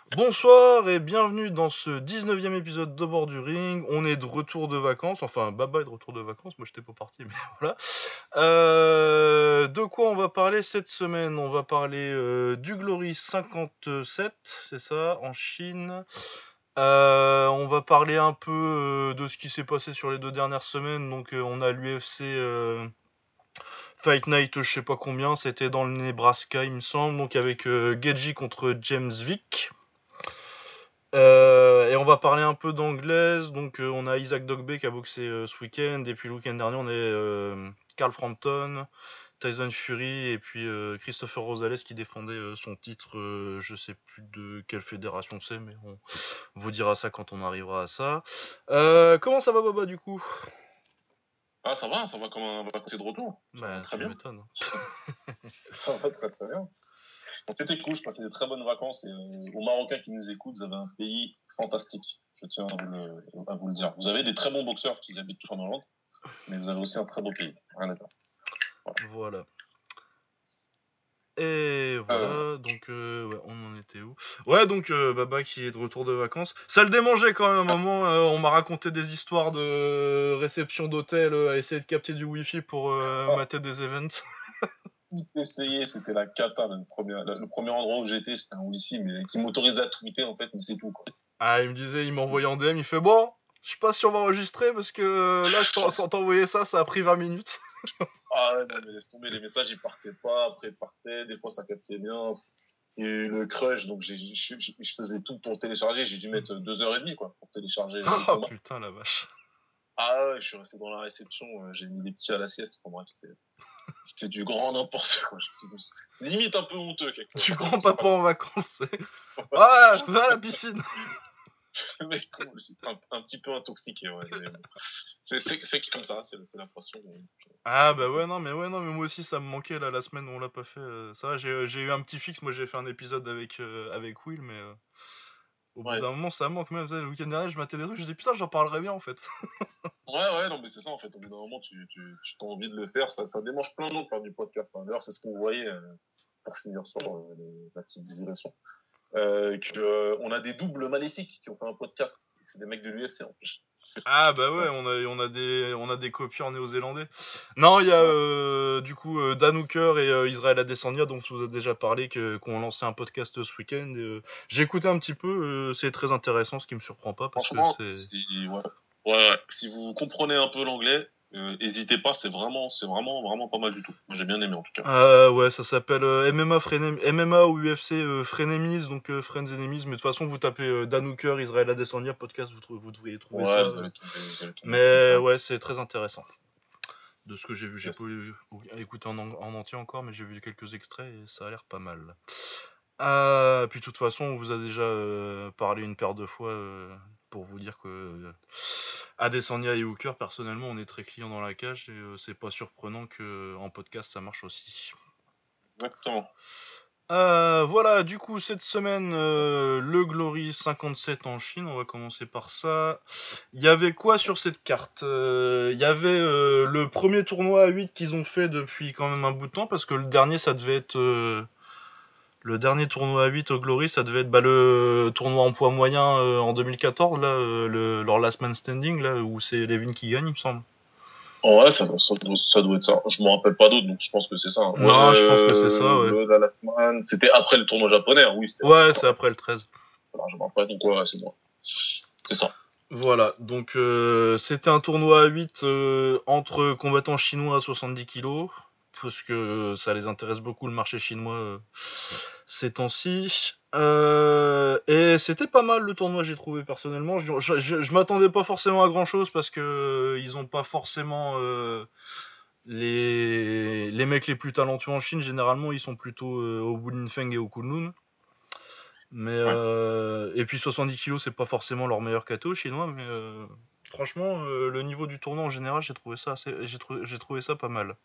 Bonsoir et bienvenue dans ce 19e épisode de Bord du Ring. On est de retour de vacances, enfin Baba est de retour de vacances, moi j'étais pas parti mais voilà. De quoi on va parler cette semaine? On va parler du Glory 57, c'est ça, en Chine. On va parler un peu de ce qui s'est passé sur les 2 dernières semaines. Donc on a l'UFC Fight Night, je sais pas combien, c'était dans le Nebraska il me semble, donc avec Geji contre James Vick. Et on va parler un peu d'anglaise. Donc on a Isaac Dogbe qui a boxé ce week-end. Et puis le week-end dernier, on a Carl Frampton, Tyson Fury et puis Christopher Rosales qui défendait son titre. Je sais plus de quelle fédération c'est, mais on vous dira ça quand on arrivera à ça. Comment ça va, Baba, du coup? Ah, ça va comme un vacances de retour. Ça va très Tu bien. m'étonnes. Ça va très très bien. Donc, c'était cool, je passais de très bonnes vacances et aux Marocains qui nous écoutent, vous avez un pays fantastique. Je tiens à vous le dire. Vous avez des très bons boxeurs qui habitent en Hollande, mais vous avez aussi un très beau pays. Rien à dire. Voilà. Et Euh, voilà, donc ouais, on en était où? Ouais, donc Baba qui est de retour de vacances. Ça le démangeait quand même un moment. On m'a raconté des histoires de réception d'hôtel à essayer de capter du wifi pour mater des events. tout essayé, c'était la cata. Le premier endroit où j'étais, c'était un wifi, mais qui m'autorisait à tweeter en fait, mais c'est tout. Quoi. Ah, il me disait, il m'a envoyé en DM, il fait bon, je sais pas si on va enregistrer parce que là, sans t'envoyer ça, ça a pris 20 minutes. Ah ouais, non, mais laisse tomber, les messages ils partaient pas, après ils partaient, des fois ça captait bien. Il y a eu le crush, donc je faisais tout pour télécharger. J'ai dû mettre 2h30 quoi, pour télécharger le Oh combat. putain, la vache. Ah ouais, je suis resté dans la réception, j'ai mis les petits à la sieste. Enfin bref, c'était du grand n'importe quoi. Limite un peu honteux quelquefois. Tu grand papa en vacances. Ah, va à la piscine. Le mec, un petit peu intoxiqué, ouais. Mais bon. C'est comme ça, c'est la passion. Ah bah ouais non mais moi aussi ça me manquait là la semaine où on l'a pas fait. Ça va, j'ai eu un petit fixe, moi j'ai fait un épisode avec Will, mais au bout Ouais. d'un moment ça manque même. Le week-end dernier je m'attendais des trucs, je disais putain j'en parlerais bien en fait. Ouais, non, mais c'est ça, en fait. Au bout d'un moment, tu t'as envie de le faire. Ça démange plein de gens de faire du podcast. Hein. D'ailleurs, c'est ce qu'on voyait, pour finir sur la petite digression. On a des doubles maléfiques qui ont fait un podcast. C'est des mecs de l'UFC, en plus. Ah bah ouais, on a des copies en néo-zélandais. Non, il y a Ouais. du coup Dan Hooker et Israël Adesanya dont je vous ai déjà parlé qu'on lancé un podcast ce week-end. J'ai écouté un petit peu, c'est très intéressant, ce qui me surprend pas parce que Franchement, c'est. ouais. Si vous comprenez un peu l'anglais, hésitez pas. C'est vraiment pas mal du tout. Moi, j'ai bien aimé, en tout cas. Ouais, ça s'appelle MMA ou UFC Frenemies, donc Friends Enemies. Mais de toute façon, vous tapez Dan Hooker, Israël Adesanya podcast, vous devriez trouver Ouais, ça. vous allez tomber Mais dedans. ouais, c'est très intéressant. De ce que j'ai vu, j'ai pas Yes. écouté en entier encore, mais j'ai vu quelques extraits et ça a l'air pas mal. Puis de toute façon, on vous a déjà parlé une paire de fois pour vous dire que Adesanya et Hooker, personnellement, on est très clients dans la cage et c'est pas surprenant que en podcast ça marche aussi. Exactement. Voilà, du coup, cette semaine, le Glory 57 en Chine, on va commencer par ça. Il y avait quoi sur cette carte? Il y avait le premier tournoi à 8 qu'ils ont fait depuis quand même un bout de temps, parce que le dernier, ça devait être. Le dernier tournoi à 8 au Glory, ça devait être le tournoi en poids moyen en 2014, là, leur Last Man Standing, là, où c'est Levin qui gagne, il me semble. Ouais, ça doit être ça. Je me rappelle pas d'autres, donc je pense que c'est ça. Hein. Ouais, Non, je pense que c'est ça, ouais. le Dallas Man, c'était après le tournoi japonais. Hein. Oui, c'était Ouais, c'est après le 13. largement après. Donc ouais, c'est moi. C'est ça. Voilà, donc c'était un tournoi à 8 entre combattants chinois à 70 kilos, parce que ça les intéresse beaucoup le marché chinois ces temps-ci. Et c'était pas mal le tournoi, j'ai trouvé personnellement. Je m'attendais pas forcément à grand chose parce que ils ont pas forcément les mecs les plus talentueux en Chine. Généralement, ils sont plutôt au Wulinfeng et au Kunlun. Mais Ouais. et puis 70 kilos, c'est pas forcément leur meilleur KTO chinois, mais franchement, le niveau du tournoi en général, j'ai trouvé ça pas mal.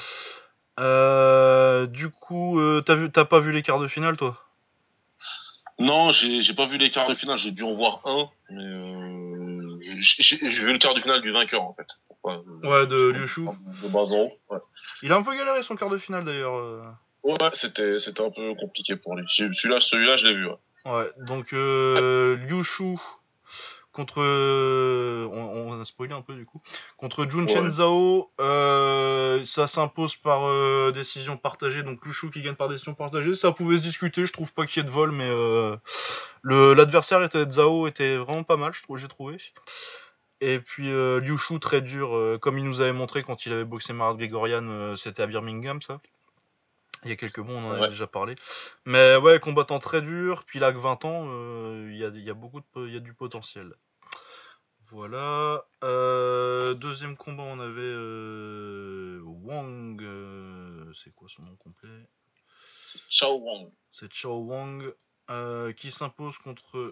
Du coup, t'as pas vu les quarts de finale, toi? Non, j'ai pas vu les quarts de finale. J'ai dû en voir un, mais j'ai vu le quart de finale du vainqueur en fait. Enfin, Ouais, de Liu Shu. de bas en haut. Ouais. Il a un peu galéré son quart de finale d'ailleurs. Ouais, c'était un peu compliqué pour lui. Celui-là, je l'ai vu. Ouais. Ouais, donc Liu Shu contre on a spoilé un peu du coup contre Jun Chen Ouais. Zhao, ça s'impose par décision partagée, donc Liu Shu qui gagne par décision partagée. Ça pouvait se discuter, je trouve pas qu'il y ait de vol, mais l'adversaire était Zhao était vraiment pas mal, j'ai trouvé. Et puis Liu Shu très dur, comme il nous avait montré quand il avait boxé Marat Grigorian, c'était à Birmingham ça. Il y a quelques mois, on en avait Ouais. déjà parlé. Mais ouais, combattant très dur, puis il a que 20 ans, il y a il y a du potentiel. Voilà. Deuxième combat, on avait Wang. C'est quoi son nom complet? C'est Chao Wang. C'est Chao Wang qui s'impose contre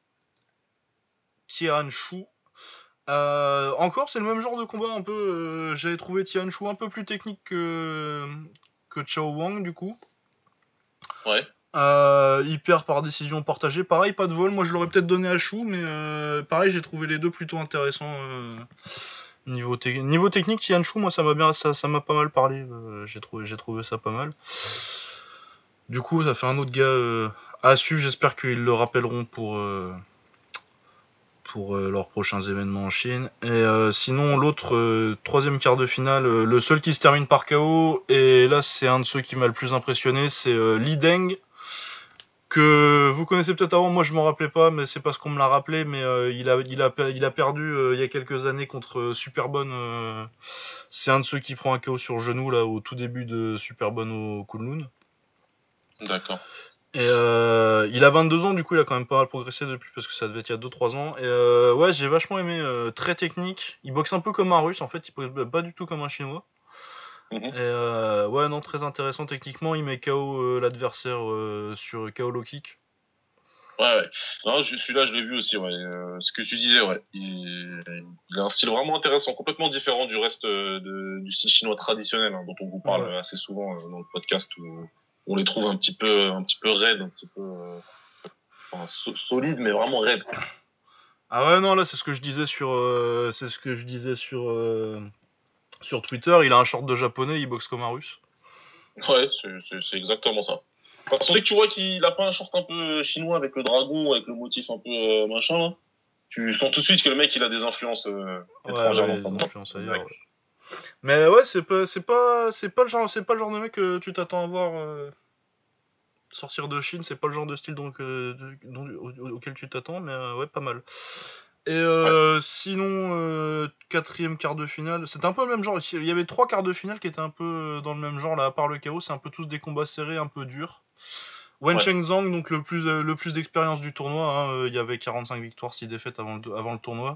Tian Shu. Encore, c'est le même genre de combat un peu. J'avais trouvé Tian Shu un peu plus technique que Chao Wang du coup. Ouais. Il perd par décision partagée. Pareil, pas de vol. Moi, je l'aurais peut-être donné à Chou, mais pareil, j'ai trouvé les deux plutôt intéressants. Niveau technique, Tian Chou, moi, ça m'a pas mal parlé. J'ai trouvé ça pas mal. Du coup, ça fait un autre gars à suivre. J'espère qu'ils le rappelleront pour leurs prochains événements en Chine. Et sinon, l'autre troisième quart de finale, le seul qui se termine par KO, et là, c'est un de ceux qui m'a le plus impressionné, c'est Li Deng, que vous connaissez peut-être avant, moi je m'en rappelais pas, mais c'est parce qu'on me l'a rappelé, mais il a perdu il y a quelques années contre Superbonne. C'est un de ceux qui prend un KO sur genou là au tout début de Superbonne au Kunlun. D'accord. Et il a 22 ans, du coup il a quand même pas mal progressé depuis parce que ça devait être il y a 2-3 ans. Et ouais, j'ai vachement aimé, très technique. Il boxe un peu comme un russe en fait, il boxe pas du tout comme un chinois. Mhm. Et ouais, non, très intéressant techniquement. Il met KO l'adversaire sur KO low kick. Ouais, ouais. Non, celui-là, je l'ai vu aussi, ouais. Ce que tu disais, ouais. Il a un style vraiment intéressant, complètement différent du reste du style chinois traditionnel, hein, dont on vous parle Ouais. assez souvent dans le podcast, où on les trouve un petit peu raides, un petit peu enfin, solides, mais vraiment raides. Ah ouais, non, là c'est ce que je disais sur Twitter. Il a un short de japonais, il boxe comme un russe. Ouais, c'est exactement ça. Parce que dès que tu vois qu'il a pas un short un peu chinois avec le dragon, avec le motif un peu machin, là, tu sens tout de suite que le mec il a des influences étrangères dans Ouais, sa les main. influences ailleurs. Ouais. Mais ouais, c'est pas le genre de mec que tu t'attends à voir sortir de Chine. C'est pas le genre de style auquel tu t'attends, mais ouais, pas mal. Et Ouais. sinon, quatrième quart de finale, c'était un peu le même genre. Il y avait 3 quarts de finale qui étaient un peu dans le même genre, là, à part le chaos, c'est un peu tous des combats serrés, un peu durs. Wen Ouais. Chengzhang, donc le plus d'expérience du tournoi, hein, il y avait 45 victoires, 6 défaites avant le tournoi,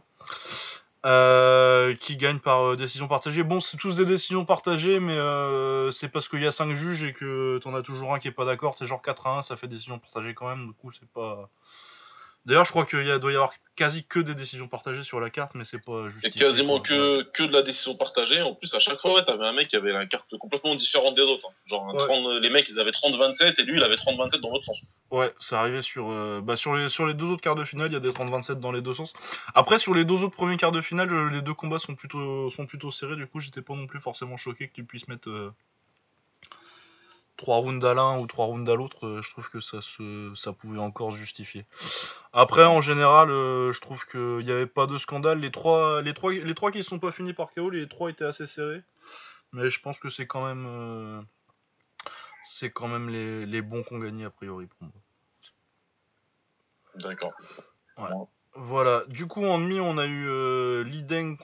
qui gagne par décision partagée. Bon, c'est tous des décisions partagées, mais c'est parce qu'il y a 5 juges et que t'en as toujours un qui est pas d'accord, c'est genre 4-1, ça fait décision partagée quand même, du coup c'est pas... D'ailleurs, je crois doit y avoir quasi que des décisions partagées sur la carte, mais c'est pas Et justifié, quasiment quoi. Ouais. que de la décision partagée. En plus, à chaque fois, ouais, t'avais un mec qui avait la carte complètement différente des autres, hein. Genre, Ouais. les mecs, ils avaient 30-27 et lui, il avait 30-27 dans l'autre sens. Ouais, c'est arrivé sur les deux autres quarts de finale, il y a des 30-27 dans les deux sens. Après, sur les deux autres premiers quarts de finale, les deux combats sont plutôt serrés, du coup, j'étais pas non plus forcément choqué que tu puisses mettre 3 rounds à l'un ou 3 rounds à l'autre. Je trouve que ça pouvait encore se justifier. Après, en général, je trouve qu'il n'y avait pas de scandale. Les trois qui ne sont pas finis par KO, les trois étaient assez serrés. Mais je pense que c'est quand même les bons qu'on gagné a priori pour moi. D'accord. Ouais. Ouais. Voilà. Du coup, en demi, on a eu Li Deng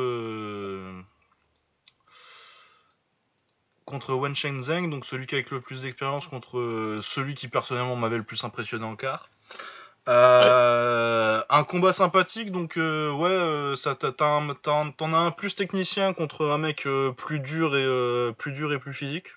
contre Wen Shenzhen, donc celui qui a avec le plus d'expérience contre celui qui personnellement m'avait le plus impressionné en quart. Ouais. Un combat sympathique, donc ouais, t'en as un plus technicien contre un mec plus dur et plus physique.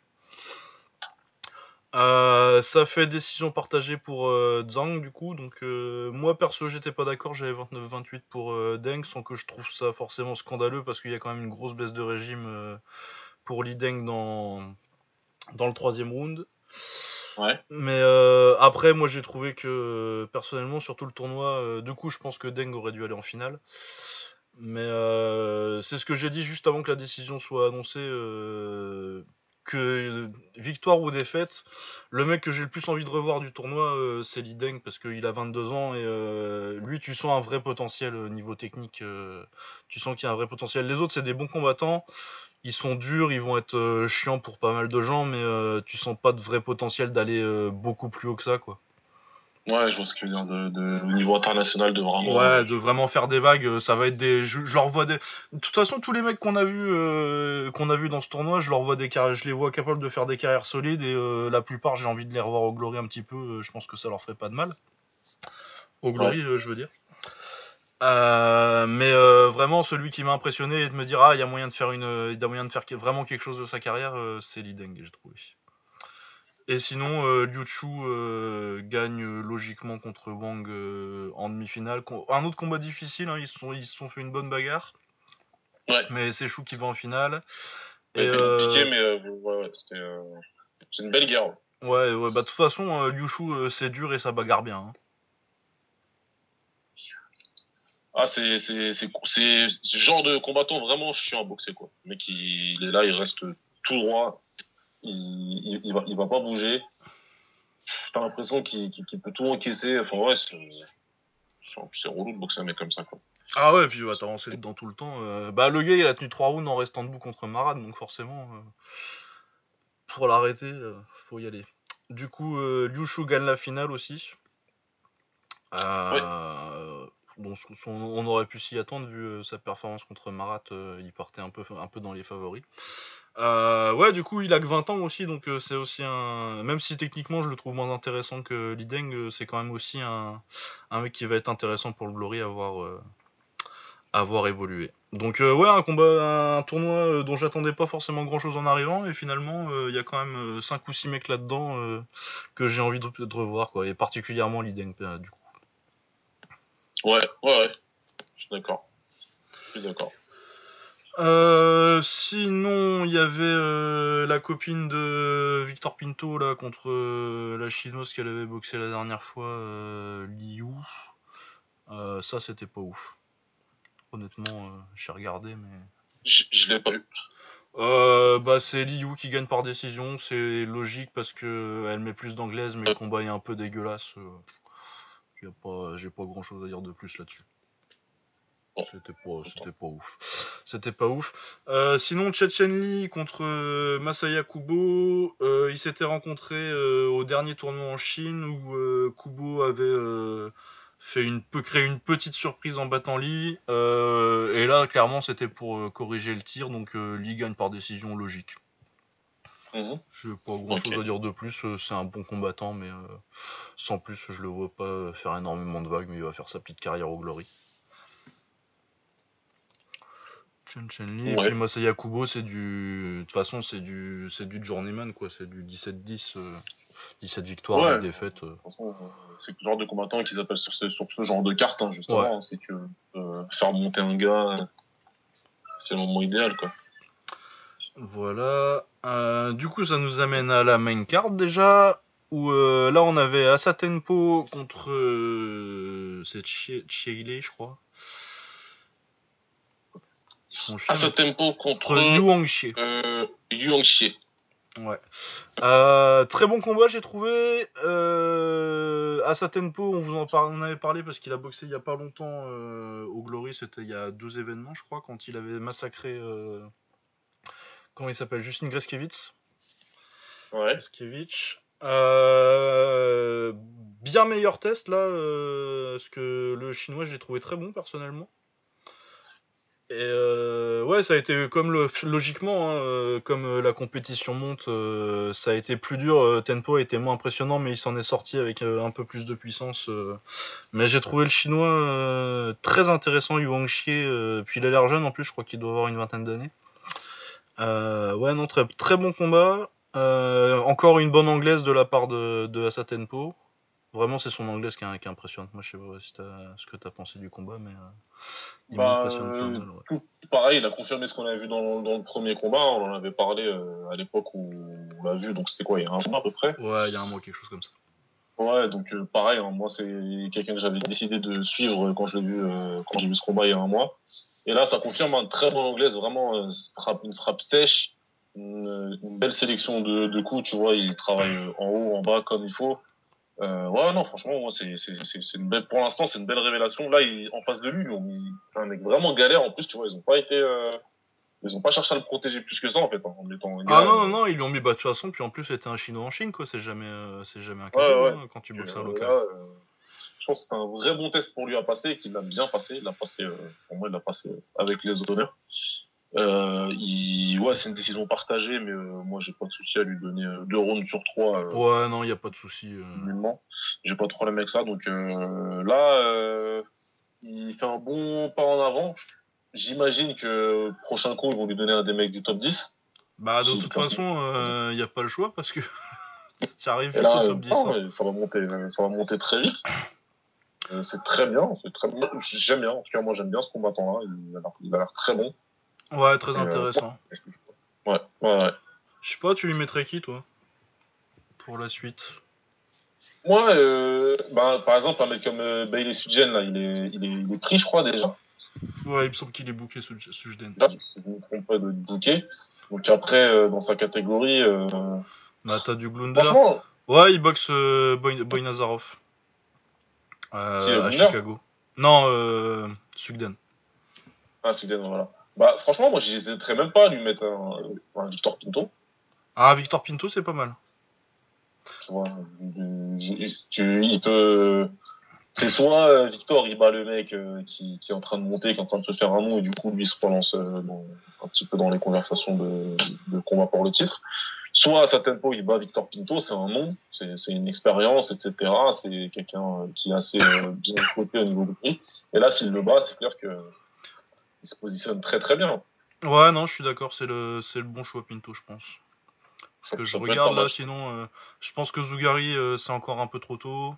Ça fait décision partagée pour Zhang du coup, donc moi perso j'étais pas d'accord, j'avais 29-28 pour Deng, sans que je trouve ça forcément scandaleux parce qu'il y a quand même une grosse baisse de régime pour Li Deng dans le troisième round. Ouais. Mais après, moi j'ai trouvé que personnellement, sur tout le tournoi, du coup, je pense que Deng aurait dû aller en finale. Mais c'est ce que j'ai dit juste avant que la décision soit annoncée, que victoire ou défaite, le mec que j'ai le plus envie de revoir du tournoi, c'est Li Deng parce qu'il a 22 ans et lui, tu sens un vrai potentiel au niveau technique. Tu sens qu'il y a un vrai potentiel. Les autres, c'est des bons combattants. Ils sont durs, ils vont être chiants pour pas mal de gens, mais tu sens pas de vrai potentiel d'aller beaucoup plus haut que ça, quoi. Ouais, je vois ce que tu veux dire, au niveau international, de vraiment. Ouais, de vraiment faire des vagues, ça va être des. Je leur vois des. De toute façon, tous les mecs qu'on a vu dans ce tournoi, je leur vois des carrières, je les vois capables de faire des carrières solides et la plupart, j'ai envie de les revoir au Glory un petit peu. Je pense que ça leur ferait pas de mal. Au Ouais. Glory, je veux dire. Mais vraiment, celui qui m'a impressionné et de me dire il y a moyen de faire il y a moyen de faire vraiment quelque chose de sa carrière, c'est Li Deng, j'ai trouvé. Et sinon, Liu Chu gagne logiquement contre Wang en demi-finale. Un autre combat difficile, hein, ils se sont fait une bonne bagarre. Ouais. Mais c'est Chu qui va en finale. Ça a été compliqué, mais ouais, c'est une belle guerre. Ouais, bah de toute façon, Liu Chu c'est dur et ça bagarre bien. Hein. Ah, c'est ce genre de combattant vraiment chiant à boxer, quoi. Le mec, il est là, il reste tout droit, il va pas bouger. T'as l'impression qu'il peut tout encaisser. Enfin, ouais, c'est relou de boxer un mec comme ça, quoi. Ah ouais, et puis il va t'avancer dedans tout le temps. Bah le gars il a tenu 3 rounds en restant debout contre Marat, donc forcément, pour l'arrêter, faut y aller. Du coup, Liu Chu gagne la finale aussi. Ouais. Bon, on aurait pu s'y attendre vu sa performance contre Marat, il partait un peu dans les favoris. Ouais, du coup, il a que 20 ans aussi, donc c'est aussi un. Même si techniquement je le trouve moins intéressant que Li Deng, c'est quand même aussi un mec qui va être intéressant pour le Glory à voir évoluer. Donc, ouais, un tournoi dont j'attendais pas forcément grand chose en arrivant, et finalement, il y a quand même 5 ou 6 mecs là-dedans que j'ai envie de revoir, quoi, et particulièrement Li Deng, du coup. Ouais. Je suis d'accord. Sinon, il y avait la copine de Victor Pinto là contre la chinoise qu'elle avait boxé la dernière fois, Liu. Ça, c'était pas ouf. Honnêtement, j'ai regardé, mais. Je l'ai pas vu. Bah, c'est Liu qui gagne par décision. C'est logique parce que elle met plus d'anglaise, mais le combat est un peu dégueulasse. J'ai pas grand chose à dire de plus là-dessus. C'était pas ouf. C'était pas ouf. Sinon, Chen Li contre Masaya Kubo, ils s'étaient rencontrés au dernier tournoi en Chine où Kubo avait créé une petite surprise en battant Li. Et là, clairement, c'était pour corriger le tir, donc Li gagne par décision logique. J'ai pas grand chose à dire de plus. C'est un bon combattant, mais sans plus, je le vois pas faire énormément de vagues, mais il va faire sa petite carrière au Glory. Chen Li, et puis Masaya Kubo, c'est du. De toute façon, c'est du journeyman, quoi. C'est du 17-10, 17 victoires, 10 défaites. C'est le genre de combattant qu'ils appellent sur ce genre de carte, hein, justement. Ouais. Hein, si tu veux faire monter un gars, c'est le moment idéal, quoi. Voilà. Du coup, ça nous amène à la main card déjà. Où là, on avait Asatenpo contre. C'est Cheile, je crois. Asatenpo contre Yuang Xie. Yuang Xie. Ouais. Très bon combat, j'ai trouvé. Asatenpo, on vous en avait parlé parce qu'il a boxé il y a pas longtemps au Glory. C'était il y a 2 événements, je crois, quand il avait massacré. Comment il s'appelle, Justin Greskevich. Ouais. Greskevich. Bien meilleur test là, parce que le chinois, je l'ai trouvé très bon personnellement. Et ouais, ça a été comme logiquement, hein, comme la compétition monte, ça a été plus dur. Tempo a été moins impressionnant, mais il s'en est sorti avec un peu plus de puissance. Mais j'ai trouvé le chinois très intéressant, Yuang Xie. Puis il a l'air jeune en plus, je crois qu'il doit avoir une vingtaine d'années. Ouais, non, très, très bon combat. Encore une bonne anglaise de la part de Asatenpo. Vraiment, c'est son anglaise qui est impressionnante. Moi, je sais pas si ce que t'as pensé du combat, mais il m'impressionne pas mal. Ouais. Tout pareil, il a confirmé ce qu'on avait vu dans le premier combat. On en avait parlé à l'époque où on l'a vu. Donc c'était quoi, il y a un mois à peu près? Ouais, il y a un mois, quelque chose comme ça. Ouais, donc pareil, hein, moi c'est quelqu'un que j'avais décidé de suivre quand j'ai vu ce combat il y a un mois. Et là, ça confirme un très bon anglaise, vraiment une frappe sèche. une belle sélection de coups, tu vois, il travaille en haut, en bas comme il faut. Ouais, non, franchement, moi, c'est une belle, pour l'instant, c'est une belle révélation. Là, en face de lui, ils ont mis un mec vraiment galère. En plus, tu vois, ils ont pas cherché à le protéger plus que ça, en fait, hein, en mettant un Ah gars, non, non, non, ils lui ont mis bah de toute façon, puis en plus c'était un Chinois en Chine, quoi, c'est jamais un ouais, cadeau ouais. hein, quand tu Que, boxes un là, local. je pense que c'est un vrai bon test pour lui à passer et qu'il l'a bien passé. Il l'a passé, pour moi, il l'a passé avec les honneurs. Ouais, c'est une décision partagée, mais moi, j'ai pas de souci à lui donner 2 rounds sur 3. Ouais, non, y a pas de souci. Nullement. J'ai pas de problème avec ça. Donc là, il fait un bon pas en avant. J'imagine que prochain coup, ils vont lui donner un des mecs du top 10. Bah de S'il toute classe façon, y a pas le choix parce que ça arrive Et vite au là, top 10. non, Hein. mais ça va monter très vite. C'est très bien, c'est très bien. J'aime bien. En tout cas, moi, j'aime bien ce combattant-là. Il a l'air très bon. Ouais, très Et, intéressant. ouais, ouais, ouais. Je sais pas, tu lui mettrais qui toi pour la suite? Moi, bah, par exemple, un mec comme Bailey Sudjen, là, il est pris, je crois, déjà. Ouais, il me semble qu'il est booké Sujden. Là, si je ne me trompe pas de bouquet. Donc après, dans sa catégorie, Bah t'as du Glunder. franchement, Ouais, il boxe Boy Nazarov si à Gounder, Chicago. Non, Sugden. ah, Sweden, voilà. Bah, franchement, moi, j'hésiterais même pas à lui mettre un Victor Pinto, Ah, Victor Pinto, c'est pas mal. tu vois. Il peut, c'est soit Victor, il bat le mec qui est en train de monter, qui est en train de se faire un nom, et du coup, lui, il se relance un petit peu dans les conversations de combat pour le titre. Soit à sa tempo, il bat Victor Pinto, c'est un nom, c'est une expérience, etc. C'est quelqu'un qui est assez bien coté au niveau du prix. Et là, s'il le bat, c'est clair que il se positionne très très bien. Ouais, non, je suis d'accord, c'est le bon choix Pinto, je pense. Parce que je Ça peut être pas regarde mal. là, sinon, je pense que Zougari, c'est encore un peu trop tôt.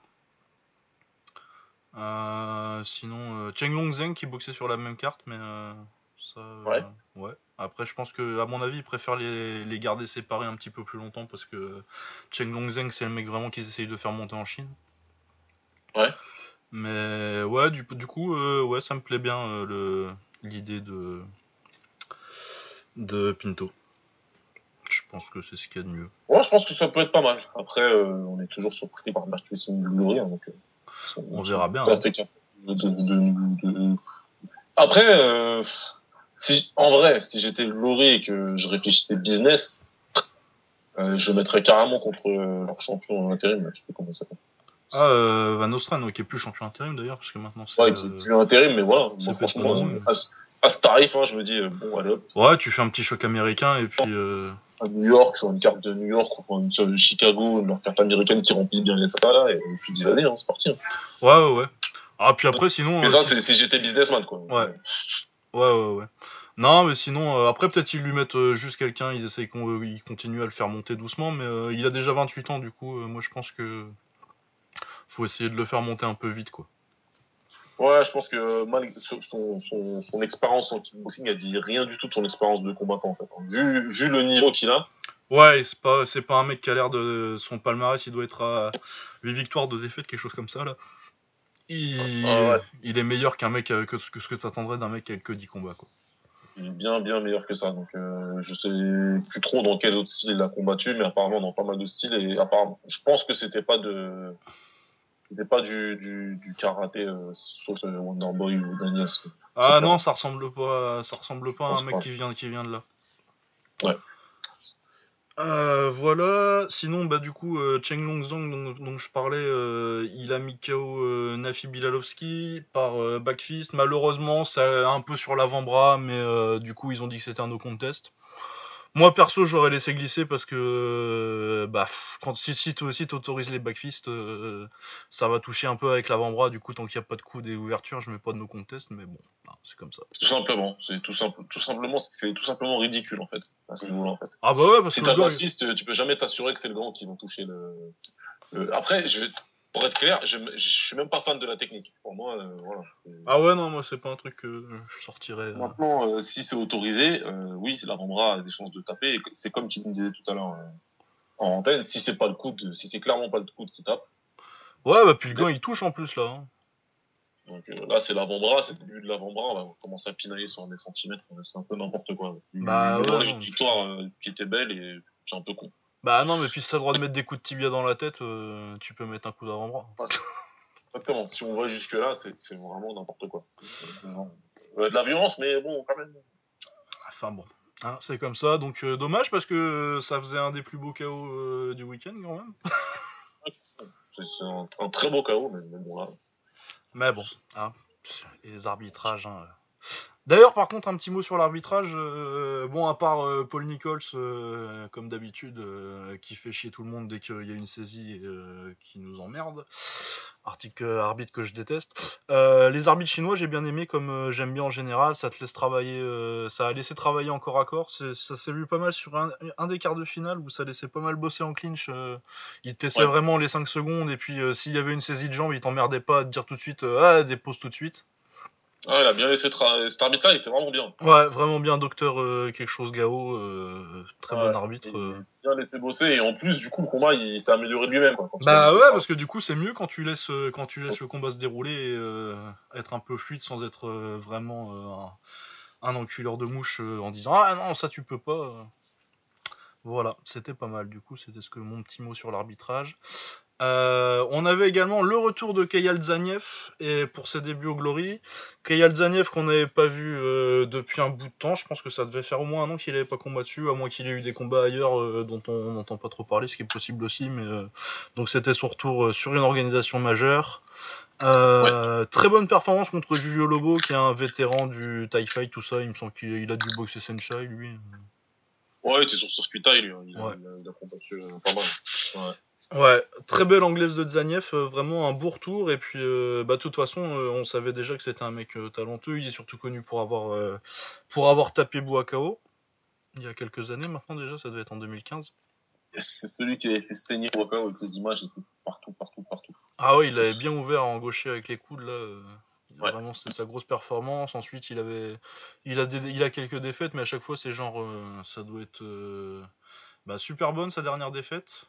Sinon, Cheng Long Zheng qui boxait sur la même carte, mais ça, Ouais. ouais. Après, je pense que, à mon avis, ils préfèrent les garder séparés un petit peu plus longtemps parce que Cheng Long Zheng, c'est le mec vraiment qu'ils essayent de faire monter en Chine. Ouais. Mais ouais, du coup, ouais, ça me plaît bien l'idée de Pinto. Je pense que c'est ce qu'il y a de mieux. Ouais, je pense que ça peut être pas mal. Après, on est toujours surpris par Marcus Glory, hein, donc On ils sont verra bien. tout à Hein. fait capables Après, en vrai, si j'étais Glory et que je réfléchissais business, je le mettrais carrément contre leur champion intérim, je sais pas comment ça s'appelle. Ah, Van Ostran, qui est plus champion intérim d'ailleurs, parce que maintenant Ouais, qui est plus intérim, mais voilà. Moi, c'est franchement, Petrodon. à ce tarif, hein, je me dis, bon, allez hop, Ouais, tu fais un petit choc américain et puis. à New York, sur une carte de New York, ou sur une carte de Chicago, leur carte américaine qui remplit bien les salles, là, et tu te dis, allez, hein, c'est parti. Hein. Ouais, ouais, ouais. Ah, puis après, sinon. Mais ça, c'est si j'étais businessman, quoi. Ouais, ouais, ouais, ouais. Non, mais sinon, après, peut-être ils lui mettent juste quelqu'un, ils essayent ils continuent à le faire monter doucement, mais il a déjà 28 ans, du coup, moi je pense que faut essayer de le faire monter un peu vite, quoi. Ouais, je pense que son expérience en kickboxing a dit rien du tout de son expérience de combattant, en fait. Vu le niveau qu'il a, Ouais, c'est pas un mec qui a l'air de. Son palmarès, il doit être à 8 victoires, 2 défaites, quelque chose comme ça, là. Il, ouais, il est meilleur qu'un mec, que ce que t'attendrais d'un mec avec que 10 combats, quoi. il est bien, bien meilleur que ça. Donc, je sais plus trop dans quel autre style il a combattu, mais apparemment dans pas mal de styles. Et apparemment, je pense que c'était pas du karaté, sauf Wonderboy ou Daniels, Ah etc. non, ça ressemble pas à un pense mec pas. qui vient de là. Ouais. Voilà, sinon bah du coup Cheng Long Zhang dont je parlais, il a mis KO Nafi Bilalovski par backfist. Malheureusement, c'est un peu sur l'avant-bras, mais du coup ils ont dit que c'était un no contest. Moi perso j'aurais laissé glisser parce que bah si t'autorises les backfists, ça va toucher un peu avec l'avant-bras. Du coup tant qu'il n'y a pas de coude et ouverture, je mets pas de no contest, mais bon, c'est comme ça. Tout simplement. C'est tout simplement ridicule, en fait, à ce niveau-là, en fait. Ah bah ouais parce Si que le t'as gars. pas de fist, tu peux jamais t'assurer que c'est le gant qui vont toucher Après, pour être clair, je suis même pas fan de la technique. Pour moi, voilà. Ah ouais non moi c'est pas un truc que je sortirais. Maintenant, si c'est autorisé, oui, l'avant-bras a des chances de taper. C'est comme tu me disais tout à l'heure en antenne. Si c'est pas le coude, si c'est clairement pas le coude qui tape, Ouais bah puis le tu gars laisses. il touche en plus là. Hein. Donc là, c'est l'avant-bras, c'est le début de l'avant-bras, on va commencer à pinailler sur des centimètres, c'est un peu n'importe quoi. Il Bah met dans ouais, la non. victoire qui était belle et c'est un peu con. Bah non, mais puis si t'as le droit de mettre des coups de tibia dans la tête, tu peux mettre un coup d'avant-bras. Ouais, exactement. Si on va jusque-là, c'est vraiment n'importe quoi. De la violence, mais bon, quand même. Enfin bon, hein, c'est comme ça. Donc dommage parce que ça faisait un des plus beaux KO du week-end quand même. C'est un très beau chaos, mais bon, là. Mais bon, hein, les arbitrages. Hein. D'ailleurs, par contre, un petit mot sur l'arbitrage. Bon, à part Paul Nichols, comme d'habitude, qui fait chier tout le monde dès qu'il y a une saisie qui nous emmerde. Arbitre que je déteste. Les arbitres chinois, j'ai bien aimé, comme j'aime bien en général. Ça te laisse travailler, ça a laissé travailler en corps à corps. Ça s'est vu pas mal sur un des quarts de finale où ça laissait pas mal bosser en clinch. Il te laissait Ouais. vraiment les 5 secondes. Et puis, s'il y avait une saisie de jambe, il t'emmerdait pas à te dire tout de suite ah, dépose tout de suite. Ah, il a bien laissé cet arbitre-là, il était vraiment bien. Ouais, vraiment bien, docteur quelque chose Gao, très bon Ouais. arbitre. Il a bien laissé bosser et en plus, du coup, le combat, il s'est amélioré de lui-même, quoi, quand il a Bah laissé ouais, travailler. parce que du coup c'est mieux quand tu laisses le combat se dérouler et être un peu fluide sans être vraiment un enculeur de mouche en disant ah non ça tu peux pas. Voilà, c'était pas mal. Du coup, c'était ce que mon petit mot sur l'arbitrage. On avait également le retour de Kayal Zaniev et pour ses débuts au Glory. Kayal Zaniev qu'on n'avait pas vu depuis un bout de temps. Je pense que ça devait faire au moins un an qu'il n'avait pas combattu, à moins qu'il ait eu des combats ailleurs dont on n'entend pas trop parler, ce qui est possible aussi. Mais donc c'était son retour sur une organisation majeure. Ouais. Très bonne performance contre Julio Lobo, qui est un vétéran du Thai Fight, tout ça. Il me semble qu'il a dû boxer Senshai, lui. Ouais, il était sur circuit taille, lui. Hein. Ouais. Il a combattu pas mal. Ouais. Ouais, très belle anglaise de Zaniev, vraiment un beau retour. Et puis, bah, de toute façon, on savait déjà que c'était un mec talentueux. Il est surtout connu pour avoir tapé Buakao il y a quelques années maintenant déjà, ça devait être en 2015. C'est celui qui avait fait saigner Waka avec les images et tout. Partout, partout, partout. Ah ouais, il avait bien ouvert en gaucher avec les coudes là. Ouais. Vraiment, c'était sa grosse performance. Ensuite, il a quelques défaites, mais à chaque fois, c'est genre, ça doit être bah, super bonne sa dernière défaite.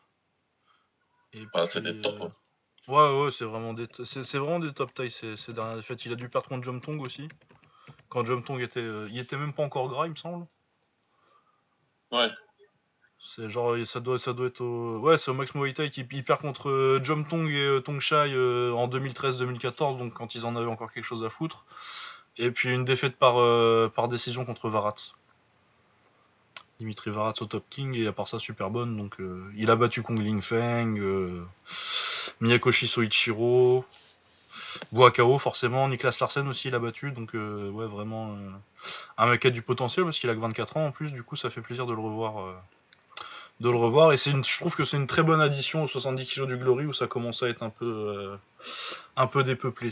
Et Ah, c'est des puis, top. Ouais. ouais, c'est vraiment des top tailles ces dernières défaites. Il a dû perdre contre Jumtong aussi. Quand Jumtong il était même pas encore gras, il me semble. Ouais. C'est genre, ça doit être ouais, c'est au Max Muay Thai qui perd contre Jumtong et Tongshai en 2013-2014, donc quand ils en avaient encore quelque chose à foutre. Et puis une défaite par décision contre Varatz. Dimitri Varatz au Top King, et à part ça, super bonne. Donc il a battu Kong Ling Feng, Miyakoshi Soichiro, Buakao forcément, Niklas Larsen aussi il a battu, donc ouais vraiment un mec qui a du potentiel parce qu'il a que 24 ans en plus, du coup ça fait plaisir de le revoir. Et je trouve que c'est une très bonne addition aux 70 kg du Glory où ça commence à être un peu dépeuplé.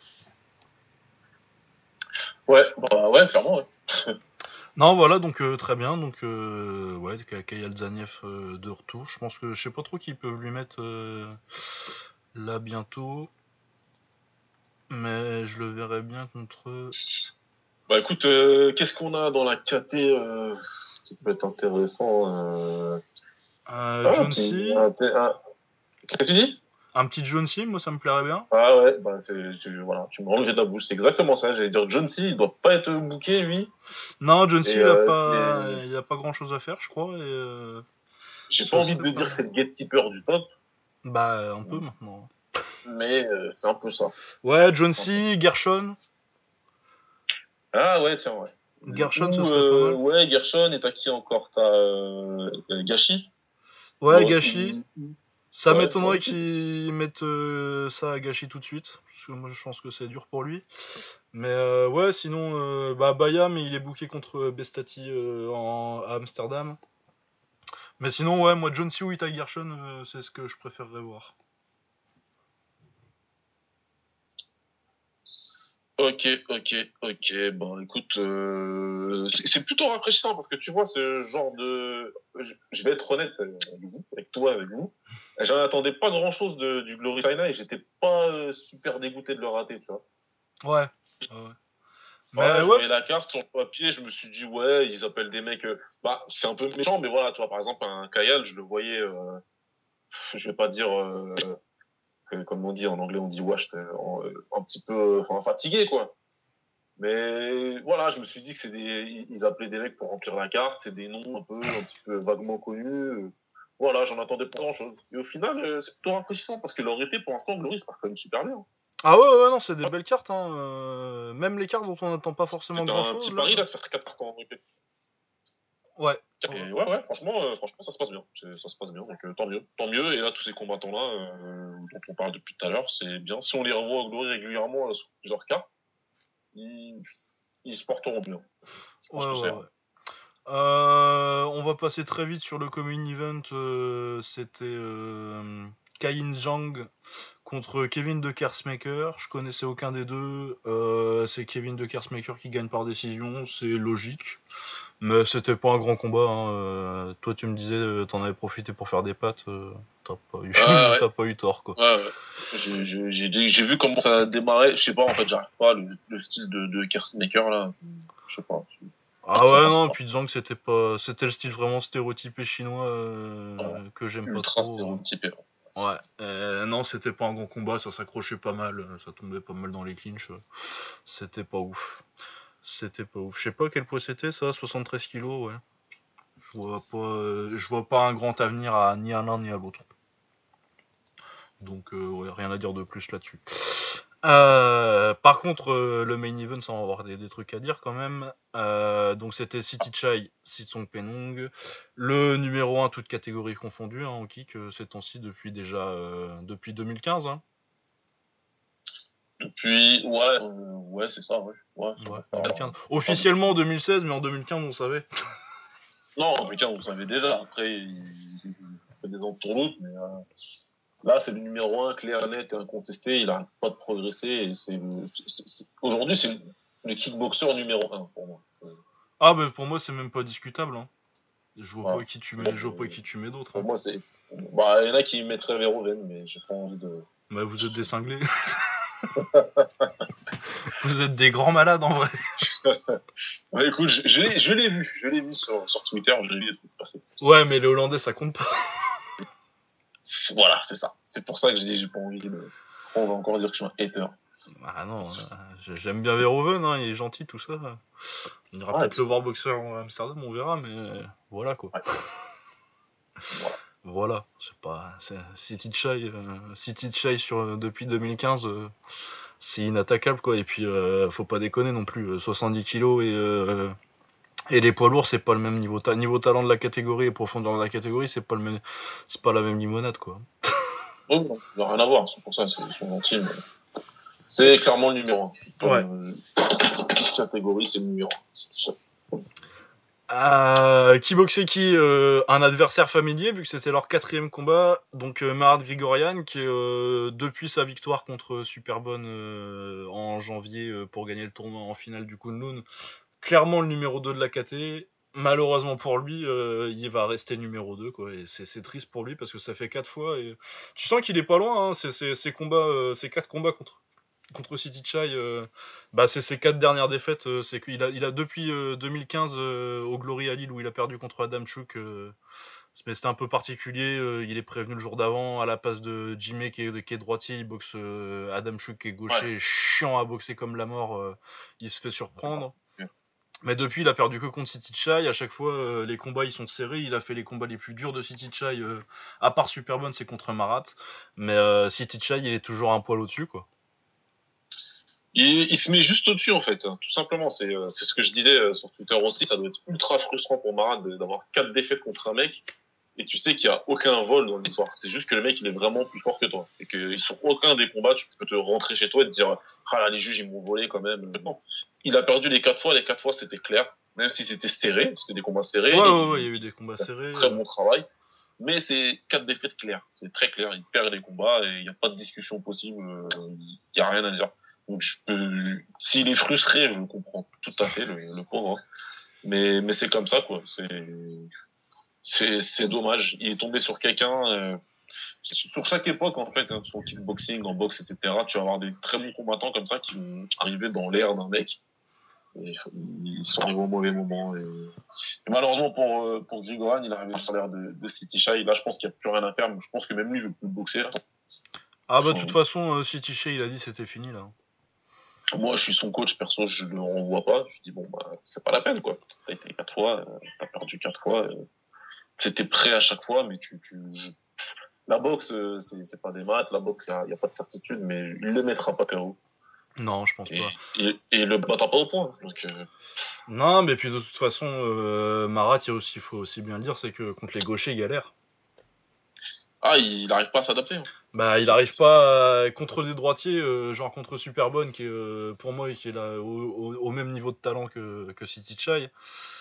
Ouais, bah ouais, clairement, ouais. Non voilà donc très bien, donc ouais Kayal Zaniev de retour. Je pense que je sais pas trop qui peuvent lui mettre là bientôt, mais je le verrai bien contre. Bah écoute, qu'est-ce qu'on a dans la KT qui peut être intéressant un John petit, C. Qu'est-ce que tu dis? Un petit John C, moi ça me plairait bien. Ah ouais, bah voilà, tu me rends de la bouche, c'est exactement ça. J'allais dire John C, il doit pas être booké lui. Non, John Et C, il a pas grand chose à faire, je crois. Et, j'ai pas ce envie serait de pas dire que mal. c'est le gatekeeper du top, Bah, un peu maintenant. mais c'est un peu ça. Ouais, John Un peu. C, Gershon. Ah ouais, tiens, ouais. Gershon, ce Ou serait pas mal. ouais, Gershon, et t'as qui encore? T'as Gachi. Ouais, Bon, Gachi. Ça ouais, bon, m'étonnerait écoute. qu'ils mettent ça à Gachi tout de suite. Parce que moi, je pense que c'est dur pour lui. Mais ouais, sinon, bah, Baya, mais il est booké contre Bestati à Amsterdam. Mais sinon, ouais, moi, John C ou Ita Gershon, c'est ce que je préférerais voir. Ok, ok, ok. Bon, écoute, c'est plutôt rafraîchissant parce que tu vois ce genre de. Je vais être honnête avec vous, avec toi, avec vous. J'en attendais pas grand-chose du Glory China et j'étais pas super dégoûté de le rater, tu vois. Ouais. Ouais. Voilà, Mais je ouais, voyais la carte sur le papier, je me suis dit ouais, ils appellent des mecs. Bah, c'est un peu méchant, mais voilà, tu vois, par exemple un Kayal, je le voyais. Je vais pas dire. comme on dit en anglais, on dit washed, un petit peu, fatigué, quoi. Mais voilà, je me suis dit que ils appelaient des mecs pour remplir la carte, c'est des noms un petit peu vaguement connus. Voilà, j'en attendais pas grand chose. Et au final, c'est plutôt rafraîchissant parce que leur été, pour l'instant, Glory, ça part quand même super bien. Ah ouais, non, c'est des belles cartes. Même les cartes dont on n'attend pas forcément C'était grand un chose. petit pari là de faire 4 cartes en EP. Ouais. Et ouais, franchement, ça se passe bien. Ça se passe bien, donc tant mieux. Tant mieux, et là, tous ces combattants-là, dont on parle depuis tout à l'heure, c'est bien. Si on les revoit au Glory régulièrement sur plusieurs cartes, ils se porteront bien. Je pense que c'est Ouais. On va passer très vite sur le Common Event. C'était Kain Zhang contre Kevin de Kersmaker. Je connaissais aucun des deux. C'est Kevin de Kersmaker qui gagne par décision. C'est logique. Mais c'était pas un grand combat. Toi, tu me disais, t'en avais profité pour faire des pattes. T'as pas eu, ouais. t'as pas eu tort, quoi. Ouais. J'ai vu comment ça a démarré. Je sais pas, en fait, j'arrive pas. Le style de Kersmaker, là, je sais pas. Ah ouais, non, et puis disons que c'était le style vraiment stéréotypé chinois que j'aime pas Ultra trop. stéréotypé. Ouais, non, c'était pas un grand combat, ça s'accrochait pas mal, ça tombait pas mal dans les clinches. C'était pas ouf. Je sais pas quel poids c'était, ça, 73 kilos, ouais. Je vois pas un grand avenir ni à l'un ni à l'autre. Donc, ouais, rien à dire de plus là-dessus. Par contre, le main event, ça on va avoir des trucs à dire quand même. Donc c'était City Chai, Sitsong Penong, le numéro 1 toute catégorie confondue en kick ces temps-ci depuis 2015. Hein. Depuis, ouais, c'est ça, ouais. Ouais, 2015. Officiellement en 2016, mais en 2015 on savait. Non, en 2015 on savait déjà. Après, il fait des entourloupes, mais là c'est le numéro 1, clair, net et incontesté. Il arrête pas de progresser et aujourd'hui c'est le kickboxer numéro 1 pour moi. Ah bah pour moi c'est même pas discutable. Hein. Je vois Voilà. pas qui tu mets d'autres. Pour Hein. moi, bah, il y en a qui mettraient Verhoeven, mais j'ai pas envie de. Bah vous êtes des cinglés. Vous êtes des grands malades en vrai. Bah, écoute, je l'ai vu sur Twitter, j'ai vu des trucs passer. Ouais, mais les Hollandais ça compte pas. Voilà, c'est ça. C'est pour ça que j'ai pas envie de. On va encore dire que je suis un hater. Ah non, j'aime bien Verhoeven, hein, il est gentil tout ça. On ira peut-être le voir boxer en Amsterdam, on verra, mais voilà quoi. Ouais. Voilà, City Chai depuis 2015, c'est inattaquable quoi. Et puis faut pas déconner non plus, 70 kilos et les poids lourds, c'est pas le même niveau talent de la catégorie et profondeur de la catégorie, c'est pas la même limonade quoi. Oh, non, il n'y a rien à voir, c'est pour ça, ils sont gentils, mais c'est clairement le numéro 1. Ouais. Toute catégorie, c'est le numéro 1. Qui boxait qui un adversaire familier, vu que c'était leur 4e combat. Donc Marat Grigorian, qui depuis sa victoire contre Superbonne en janvier pour gagner le tournoi en finale du Kunlun, clairement le numéro 2 de la KT. Malheureusement pour lui, il va rester numéro 2, quoi. Et c'est triste pour lui parce que ça fait 4 fois. Et tu sens qu'il est pas loin, hein, ces 4 combats contre City Chai, c'est ses 4 dernières défaites. C'est qu'il a depuis 2015 au Glory à Lille où il a perdu contre Adam Chouk. Mais c'était un peu particulier. Il est prévenu le jour d'avant à la place de Jimmy qui est droitier. Il boxe Adam Chouk qui est gaucher, chiant à boxer comme la mort. Il se fait surprendre. Mais depuis, il a perdu que contre City Chai. À chaque fois, les combats ils sont serrés. Il a fait les combats les plus durs de City Chai, à part Superbonne, c'est contre Marat. Mais City Chai, il est toujours un poil au-dessus, quoi. Il se met juste au-dessus, en fait, hein, tout simplement. C'est ce que je disais sur Twitter aussi. Ça doit être ultra frustrant pour Marat d'avoir 4 défaites contre un mec. Et tu sais qu'il n'y a aucun vol dans l'histoire. C'est juste que le mec, il est vraiment plus fort que toi. Et que sur aucun des combats, tu peux te rentrer chez toi et te dire, ah là, les juges, ils m'ont volé quand même. Non. Il a perdu les 4 fois. Les 4 fois, c'était clair. Même si c'était serré. C'était des combats serrés. Ouais, il y a eu des combats serrés. Très bon travail. Mais c'est 4 défaites claires. C'est très clair. Il perd les combats et il n'y a pas de discussion possible. Il n'y a rien à dire. Donc, s'il est frustré, je le comprends tout à fait, le pauvre. Hein. Mais c'est comme ça, quoi. C'est dommage. Il est tombé sur quelqu'un. Sur chaque époque, en fait, hein, sur le kickboxing, en boxe, etc., tu vas avoir des très bons combattants comme ça qui vont arriver dans l'air d'un mec. Et ils sont arrivés au mauvais moment. Et malheureusement pour Grigoran, il est arrivé sur l'air de City Chai. Là, je pense qu'il n'y a plus rien à faire. Je pense que même lui, il veut plus boxer. Là. Ah bah de toute façon, si Tiché il a dit c'était fini là. Moi, je suis son coach, perso, je le renvoie pas. Je dis bon, bah, c'est pas la peine, quoi. T'as été 4 fois, t'as perdu 4 fois. C'était prêt à chaque fois, mais la boxe, c'est pas des maths. La boxe, y a pas de certitude, mais il le mettra pas KO. Non, je pense pas. Et il le battra pas au point. Donc, Non, mais puis de toute façon, Marat, il faut aussi bien le dire, c'est que contre les gauchers, il galère. ah, il arrive pas à s'adapter. Hein. Bah, il arrive pas contre des droitiers, genre contre Superbone, qui est pour moi qui est là au même niveau de talent que City Chai.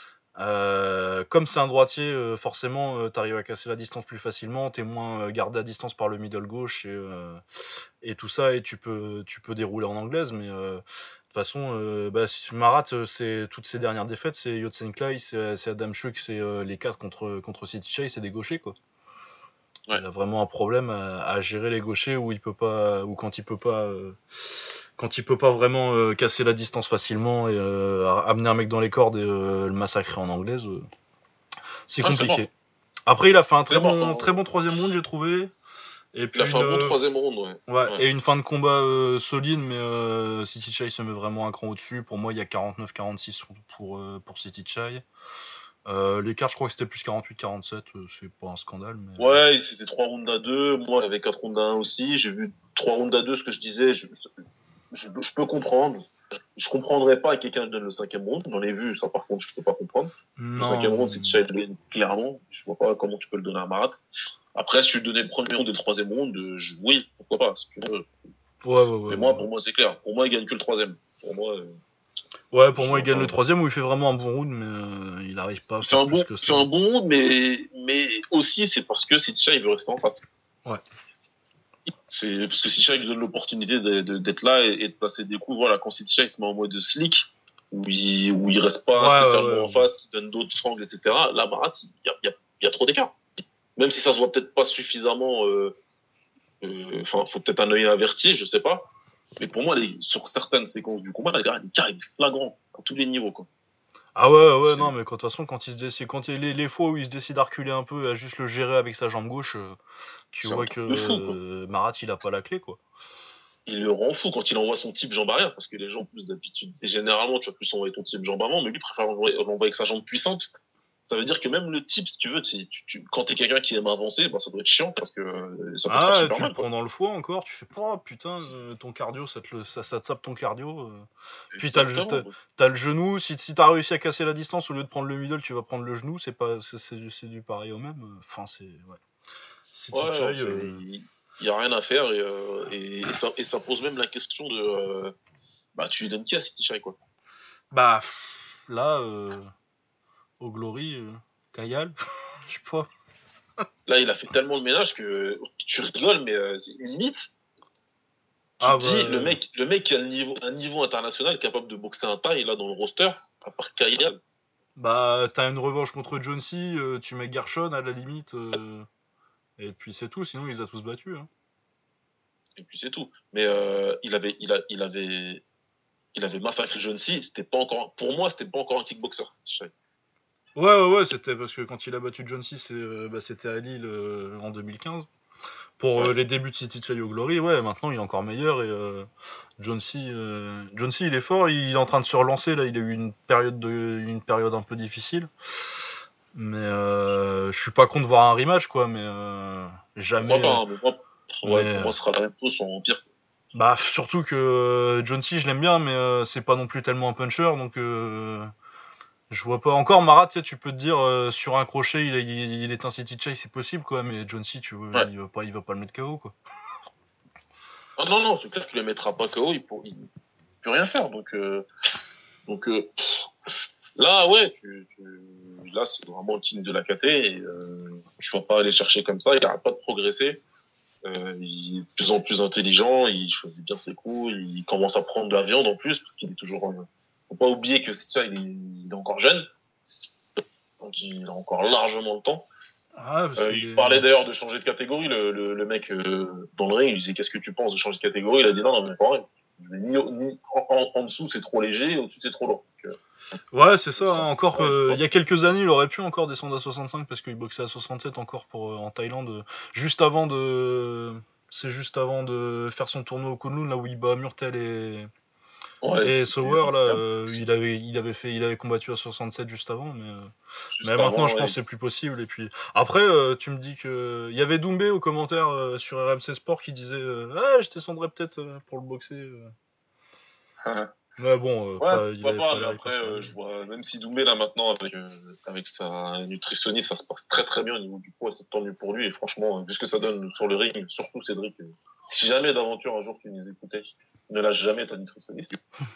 Comme c'est un droitier, forcément, t'arrives à casser la distance plus facilement, t'es moins gardé à distance par le middle gauche et tout ça, et tu peux dérouler en anglaise, mais de toute façon, Marat, c'est toutes ses dernières défaites, c'est Yotsenklai, c'est Adam Chuk, c'est les 4 contre City Chai, c'est des gauchers quoi. Ouais. Il a vraiment un problème à gérer les gauchers où il peut pas, ou quand il peut pas vraiment casser la distance facilement et amener un mec dans les cordes et le massacrer en anglaise, c'est compliqué. Bon. Après, il a fait un très bon troisième round, j'ai trouvé. Et puis il a fait un bon troisième round, ouais. Et une fin de combat solide, mais City Chai se met vraiment un cran au-dessus. Pour moi, il y a 49-46 pour City Chai. Les cartes, je crois que c'était plus 48-47, c'est pas un scandale. Mais... Ouais, c'était 3 rounds à 2. Moi, j'avais 4 rounds à 1 aussi. J'ai vu 3 rounds à 2, ce que je disais, je peux comprendre. Je comprendrais pas à quelqu'un qui donne le 5e round. J'en ai vu, ça par contre, je peux pas comprendre. Non. Le 5e round, c'est Tchad clairement. Je vois pas comment tu peux le donner à Marat. Après, si tu donnais le premier round et le 3e round, oui, pourquoi pas, si tu veux. Ouais. Mais moi, pour moi, c'est clair. Pour moi, il gagne que le 3e. Pour moi. Ouais, pour moi, il gagne le 3e où il fait vraiment un bon round, mais il arrive pas à faire plus que ça. C'est un bon round, mais aussi, c'est parce que Sitcha, il veut rester en face. Ouais. C'est parce que Sitcha, il lui donne l'opportunité d'être là et de passer des coups. Voilà, quand Sitcha, il se met en mode slick, où il reste pas spécialement en face, qui donne d'autres angles, etc. Là, Marat, il y a trop d'écart. Même si ça se voit peut-être pas suffisamment, enfin, faut peut-être un œil averti, je sais pas. Mais pour moi, sur certaines séquences du combat, l'écart est flagrant à tous les niveaux, quoi. Ah ouais, non, mais de toute façon, quand il y a les fois où il se décide à reculer un peu et à juste le gérer avec sa jambe gauche, tu vois que Marat, il a pas la clé, quoi. Il le rend fou quand il envoie son type jambe arrière, parce que les gens, plus d'habitude, et généralement, tu vas plus envoyer ton type jambe avant, mais lui préfère l'envoyer avec sa jambe puissante. Ça veut dire que même le type, si tu veux, quand t'es quelqu'un qui aime avancer, bah, ça doit être chiant parce que ça peut te faire super tu mal. Le prends dans le foie encore, tu fais pas, putain, ton cardio, ça te sape ton cardio. Puis t'as le genou, si t'as réussi à casser la distance, au lieu de prendre le middle, tu vas prendre le genou, c'est du pareil au même. Enfin, c'est il y a rien à faire et ça pose même la question de bah tu lui donnes qui à City Chai, quoi. Bah là au Glory Kayal, je sais pas. Là, il a fait tellement le ménage que tu rigoles, mais c'est limite. Le mec qui a un niveau international capable de boxer un taille là dans le roster, à part Kayal. Bah t'as une revanche contre John C, tu mets Gershon à la limite, et puis c'est tout. Sinon il les a tous battus. Hein. Et puis c'est tout. Mais il avait massacré John C. Pour moi, c'était pas encore un kickboxer. Ouais, c'était parce que quand il a battu John C, c'était à Lille en 2015. Pour les débuts de City Chai au Glory, ouais, maintenant il est encore meilleur et John C, il est fort, il est en train de se relancer là, il a eu une période un peu difficile. Mais je suis pas contre voir un rematch quoi, mais jamais. Moi pas, pour moi ce sera la même chose sur Empire. Bah surtout que John C, je l'aime bien, mais c'est pas non plus tellement un puncher, donc je vois pas. Encore Marat, tu peux te dire sur un crochet, il est un City Chai, c'est possible quoi, mais John C, il va pas le mettre KO quoi. Ah non, c'est clair que tu le mettras pas KO, il peut rien faire. Donc là, ouais, là c'est vraiment le team de la KT et tu vas pas aller chercher comme ça, il n'arrête pas de progresser. Il est de plus en plus intelligent, il choisit bien ses coups, il commence à prendre de la viande en plus parce qu'il est toujours. Faut pas oublier que c'est ça, il est encore jeune, donc il a encore largement le temps. Il parlait d'ailleurs de changer de catégorie, le mec dans le ring, il disait qu'est-ce que tu penses de changer de catégorie, il a dit non mais pas rien. En dessous c'est trop léger, au-dessus c'est trop lourd. Ouais, c'est ça. Hein. Encore, il y a quelques années, il aurait pu encore descendre à 65 parce qu'il boxait à 67 encore en Thaïlande, juste avant de C'est juste avant de faire son tournoi au Kunlun, là où il bat Murtel Ouais, et c'était Sauer, là, incroyable. il avait combattu à 67 juste avant, mais Juste maintenant avant, je pense ouais. que c'est plus possible. Et puis après, tu me dis que il y avait Doumbé au commentaire sur RMC Sport qui disait ah, je descendrais peut-être pour le boxer. Mais bon, Ouais, il pourquoi avait pas, pas mais l'air après, hyper sérieux. je vois, même si Doumbé, là, maintenant, avec sa nutritionniste, ça se passe très très bien au niveau du poids, c'est tant mieux pour lui, et franchement, vu ce que ça donne sur le ring, surtout Cédric, si jamais d'aventure un jour tu nous écoutais, ne lâche jamais ta nutritionniste.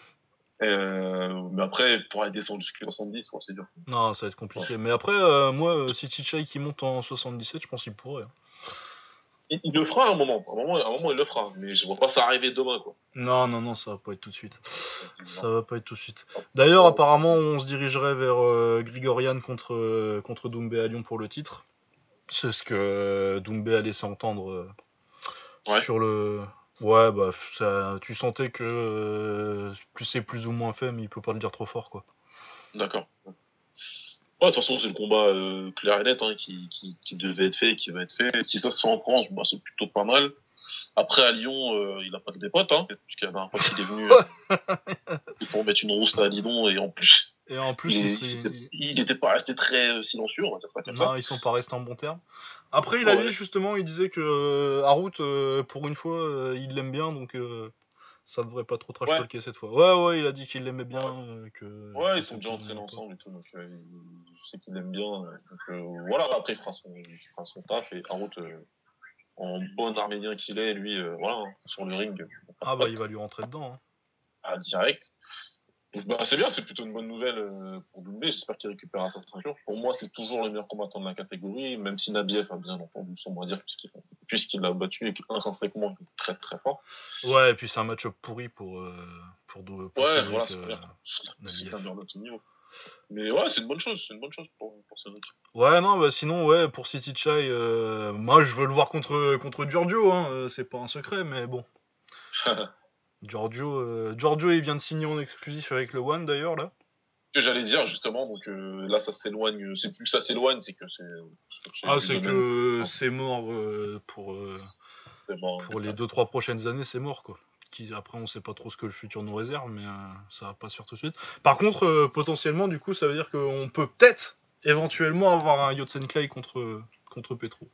Mais après, pour aller descendre jusqu'à 70, ouais, c'est dur. Non, ça va être Ouais. compliqué. Mais après, moi, si Tichai qui monte en 77, je pense qu'il pourrait. Il le fera à un moment. À un moment, il le fera. Mais je vois pas ça arriver demain, quoi. Non, ça va pas être tout de suite. Ça va pas être tout de suite. Hop, D'ailleurs, hop. apparemment, on se dirigerait vers Grigorian contre Doumbé à Lyon pour le titre. C'est ce que Doumbé a laissé entendre Ouais, sur le. Ouais, bah, tu sentais que plus c'est plus ou moins fait, mais il peut pas le dire trop fort, quoi. d'accord. Ouais, de toute façon, c'est le combat clair et net hein, qui devait être fait et qui va être fait. Si ça se fait en France, bah, c'est plutôt pas mal. Après, à Lyon, il a pas que des potes, hein, puisqu'il y a un pote qui est venu pour mettre une rouste à Lidon et en plus, Et en plus, il était pas resté très silencieux, on va dire ça comme ça. non, ils sont pas restés en bon terme. Après, il a dit Ouais, justement, il disait que Harout, pour une fois, il l'aime bien, donc ça devrait pas trop trash ouais, talker cette fois. Ouais, il a dit qu'il l'aimait bien, ouais. que Ouais, ils sont déjà c'était un entraînés bon pote. ensemble et tout, donc je sais qu'il aime bien. Donc voilà, après il fera son taf et en route, en bon arménien qu'il est, lui, voilà, hein, sur le ring, pas de Ah bah, il pote, va lui rentrer dedans. Hein. direct. Donc, bah, c'est bien, c'est plutôt une bonne nouvelle pour Doumbé. J'espère qu'il récupérera sa ceinture. Pour moi, c'est toujours le meilleur combattant de la catégorie, même si Nabiev a bien entendu son mot à dire puisqu'il l'a battu et qu'intrinsèquement il est très très fort. Ouais, et puis c'est un match-up pourri pour Ouais, voilà, Cédric c'est bien. C'est un Nabiev. de niveau. Mais ouais, c'est une bonne chose pour Cédric. Ouais, non, bah sinon, ouais, pour City Chai, moi je veux le voir contre Giorgio, hein, c'est pas un secret, mais bon. Giorgio, il vient de signer en exclusif avec le One d'ailleurs, là. Que j'allais dire justement, donc là ça s'éloigne, c'est plus que ça s'éloigne, c'est Ah, du c'est domaine. que Enfin, c'est mort c'est bon, pour les 2-3 prochaines années, c'est mort, quoi. Après, on sait pas trop ce que le futur nous réserve, mais ça va pas se faire tout de suite. Par contre, potentiellement, du coup, ça veut dire qu'on peut peut-être, éventuellement, avoir un Yotsen-Clay contre Petro.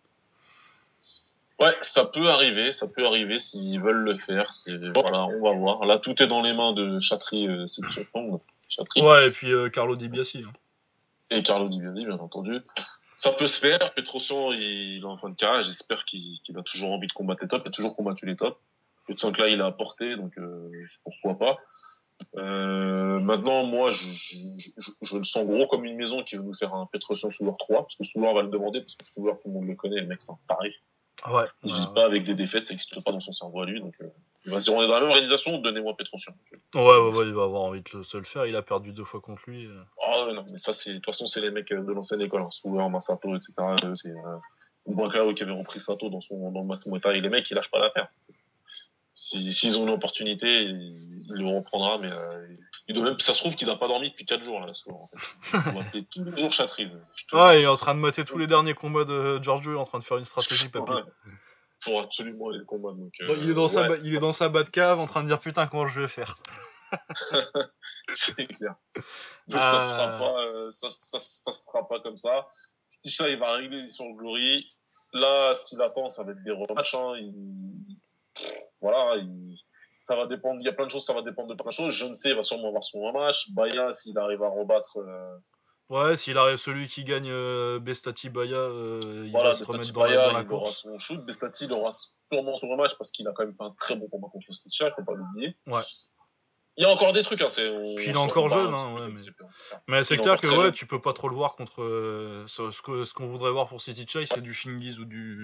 ouais, ça peut arriver s'ils veulent le faire. Voilà, on va voir. Là, tout est dans les mains de Chatri, c'est son nom, Chatri, Ouais, et puis Carlo Di Biasi. Hein. et Carlo Di Biasi, bien entendu. Ça peut se faire. Petrosian, il est en fin de carrière. J'espère qu'il a toujours envie de combattre les tops. Il a toujours combattu les tops. Le que là, il a apporté, donc pourquoi pas. Maintenant, moi, je le sens gros comme une maison qui veut nous faire un Petrosian Souleur 3, parce que Souleur va le demander, parce que Souleur, tout le monde le connaît, le mec, c'est un taré. Ouais, Il vit ouais. pas avec des défaites, ça n'existe pas dans son cerveau à lui, donc il va se dire, on est dans la même organisation, donnez-moi Petrosian. Ouais, il va avoir envie de se le faire. Il a perdu 2 fois contre lui. Ah ouais, non, mais ça, de toute façon, c'est les mecs de l'ancienne école, hein, Souleur, Masato, etc. C'est Ouakao qui avait repris Sato dans le Matsumoto, et les mecs, ils lâchent pas l'affaire. S'ils ont une opportunité, ils le reprendra, mais ça se trouve qu'il n'a pas dormi depuis 4 jours, là, ce soir, en fait. Il doit appeler tous les jours Chatri, je te Ah, jure. il est en train de mater tous les derniers combats de Giorgio, il est en train de faire une stratégie, papy. Ouais, pour absolument aller le combat, donc, Il est dans sa Batcave en train de dire putain, comment je vais faire. c'est clair. Donc ça se fera Euh, pas, ça se fera pas comme ça. Stisha, il va régler sur le Glory. Là, ce qu'il attend, ça va être des rematchs, hein. Voilà, ça va dépendre, il y a plein de choses, ça va dépendre de plein de choses. Je ne sais, il va sûrement avoir son rematch. Baya, s'il arrive à rebattre, Ouais, s'il arrive celui qui gagne Bestati Baya, il va voilà, se remettre Bestati dans Baya, la il aura course. son shoot. Bestati, il aura sûrement son rematch parce qu'il a quand même fait un très bon combat contre Stisha, il faut pas l'oublier. Ouais. Il y a encore des trucs, hein, Puis il est on encore parle jeune, un petit hein, peu ouais, comme si mais c'est il est clair encore que très ouais, jeune. tu peux pas trop le voir contre ce qu'on voudrait voir pour City Chai, c'est du Shingiz ou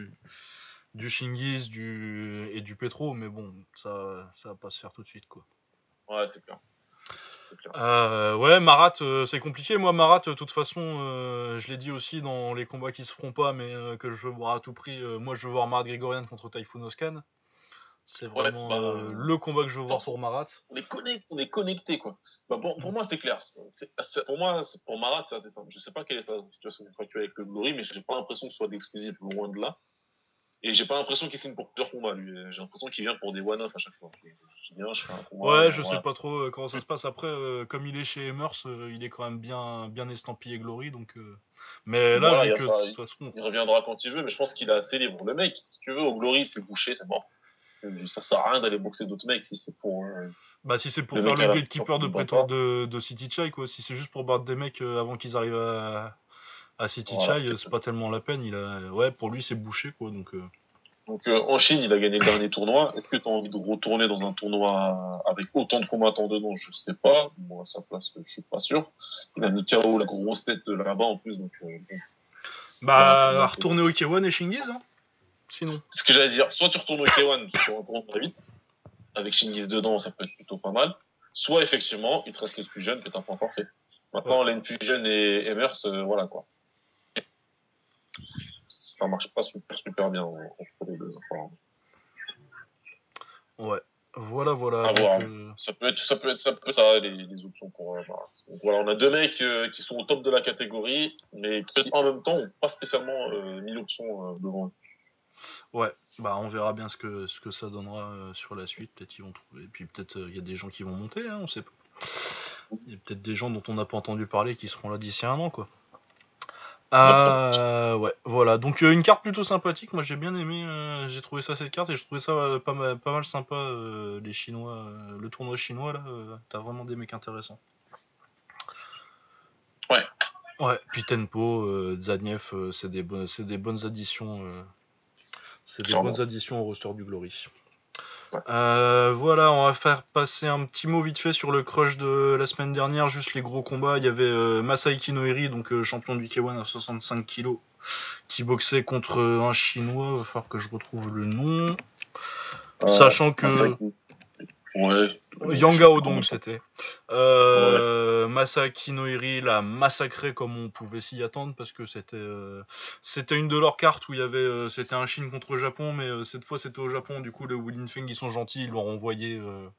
du Shingiz et du Petro, mais bon, ça va pas se faire tout de suite, quoi. Ouais, c'est clair. C'est clair. Ouais, Marat, c'est compliqué. Moi, Marat, de toute façon, je l'ai dit aussi dans les combats qui se feront pas, mais que je veux voir à tout prix. Moi, je veux voir Marat Grigorian contre Typhoon Oscan. C'est Ouais, vraiment bah, le combat que je veux voir attends, pour Marat. on est connecté, quoi. Bah, pour moi, c'est clair. Pour moi, pour Marat, c'est assez simple. Je sais pas quelle est sa situation contractuelle avec le Glory, mais j'ai pas l'impression que ce soit d'exclusif, loin de là. Et j'ai pas l'impression qu'il signe pour plusieurs combats, lui. J'ai l'impression qu'il vient pour des one-off à chaque fois. Je viens, je fais un combat. Ouais, je sais Voilà. pas trop comment ça se passe. Après, comme il est chez Emers, il est quand même bien estampillé Glory. Donc, mais là, Voilà, vu il y a que de ça. toute façon. Il reviendra quand il veut, mais je pense qu'il est assez libre. Le mec, si tu veux, au Glory, c'est bouché, c'est mort. Ça sert à rien d'aller boxer d'autres mecs si c'est pour Bah, si c'est pour le faire mec le à la fin gatekeeper qui ne bat pas. de City Chai, quoi. Si c'est juste pour battre des mecs avant qu'ils arrivent à City Voilà, Chai, c'est pas tellement la peine. Ouais, pour lui, c'est bouché, quoi. Donc en Chine, il a gagné le dernier tournoi. Est-ce que tu as envie de retourner dans un tournoi avec autant de combattants dedans? Je sais pas. Moi, à sa place, je suis pas sûr. Il a mis KO la grosse tête de là-bas en plus. Donc bon, voilà, pour Bah, moi, retourner au K1 et Shingiz, hein, sinon. ce que j'allais dire. Soit tu retournes au K1 sur un tournoi très vite, avec Shingiz dedans, ça peut être plutôt pas mal. Soit effectivement, il te reste les plus jeunes que t'as pas encore fait. Ouais. Maintenant, Lane Fusion et Emers, voilà quoi. Ça marche pas super bien entre les deux. Enfin, Ouais. Voilà. à Donc, voir. Ça peut être ça les options pour. Voilà. Donc voilà, on a deux mecs qui sont au top de la catégorie, mais qui en même temps ont pas spécialement mis l'option devant eux. ouais. Bah, on verra bien ce que ça donnera sur la suite. Peut-être qu'ils vont trouver. Et puis peut-être il y a des gens qui vont monter, hein, on sait pas. Il y a peut-être des gens dont on n'a pas entendu parler qui seront là d'ici un an, quoi. Exactement. Ouais, voilà. Donc une carte plutôt sympathique. Moi j'ai bien aimé. J'ai trouvé ça cette carte et je trouvais ça pas mal sympa. Les Chinois, le tournoi chinois là, t'as vraiment des mecs intéressants. Ouais. Ouais. Puis Tenpo, Zaniev, c'est des bonnes additions. C'est des bonnes Clairement. additions au roster du Glory. Ouais. Voilà, on va faire passer un petit mot vite fait sur le crush de la semaine dernière, juste les gros combats. Il y avait Masaiki Noiri, donc champion du K1 à 65 kg, qui boxait contre un Chinois. Il va falloir que je retrouve le nom. Sachant que Ouais. Yanga Odong Ça. c'était. Ouais. Masaaki Noiri l'a massacré comme on pouvait s'y attendre parce que c'était une de leurs cartes où il y avait c'était un Chine contre Japon, mais cette fois c'était au Japon. Du coup, le Willing Feng ils sont gentils, ils leur ont envoyé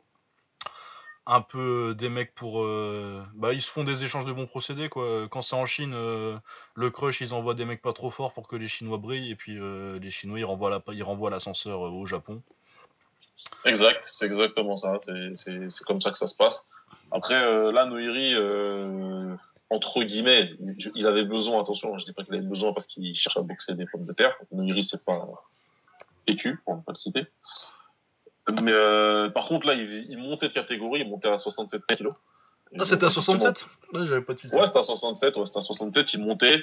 un peu des mecs pour bah ils se font des échanges de bons procédés, quoi. Quand c'est en Chine, le crush ils envoient des mecs pas trop forts pour que les Chinois brillent, et puis les Chinois ils renvoient l'ascenseur au Japon. Exact, c'est exactement ça. C'est comme ça que ça se passe. Après, là, Noiri, entre guillemets, il avait besoin, attention, je dis pas qu'il avait besoin parce qu'il cherche à boxer des pommes de terre. Noiri, c'est pas PQ, pour ne pas le citer. Mais par contre, là, il montait de catégorie, il montait à 67 kilos. Ah, c'était à 67? Ouais, j'avais pas tilté. Ouais, c'était à 67, ouais, c'était à 67, il montait.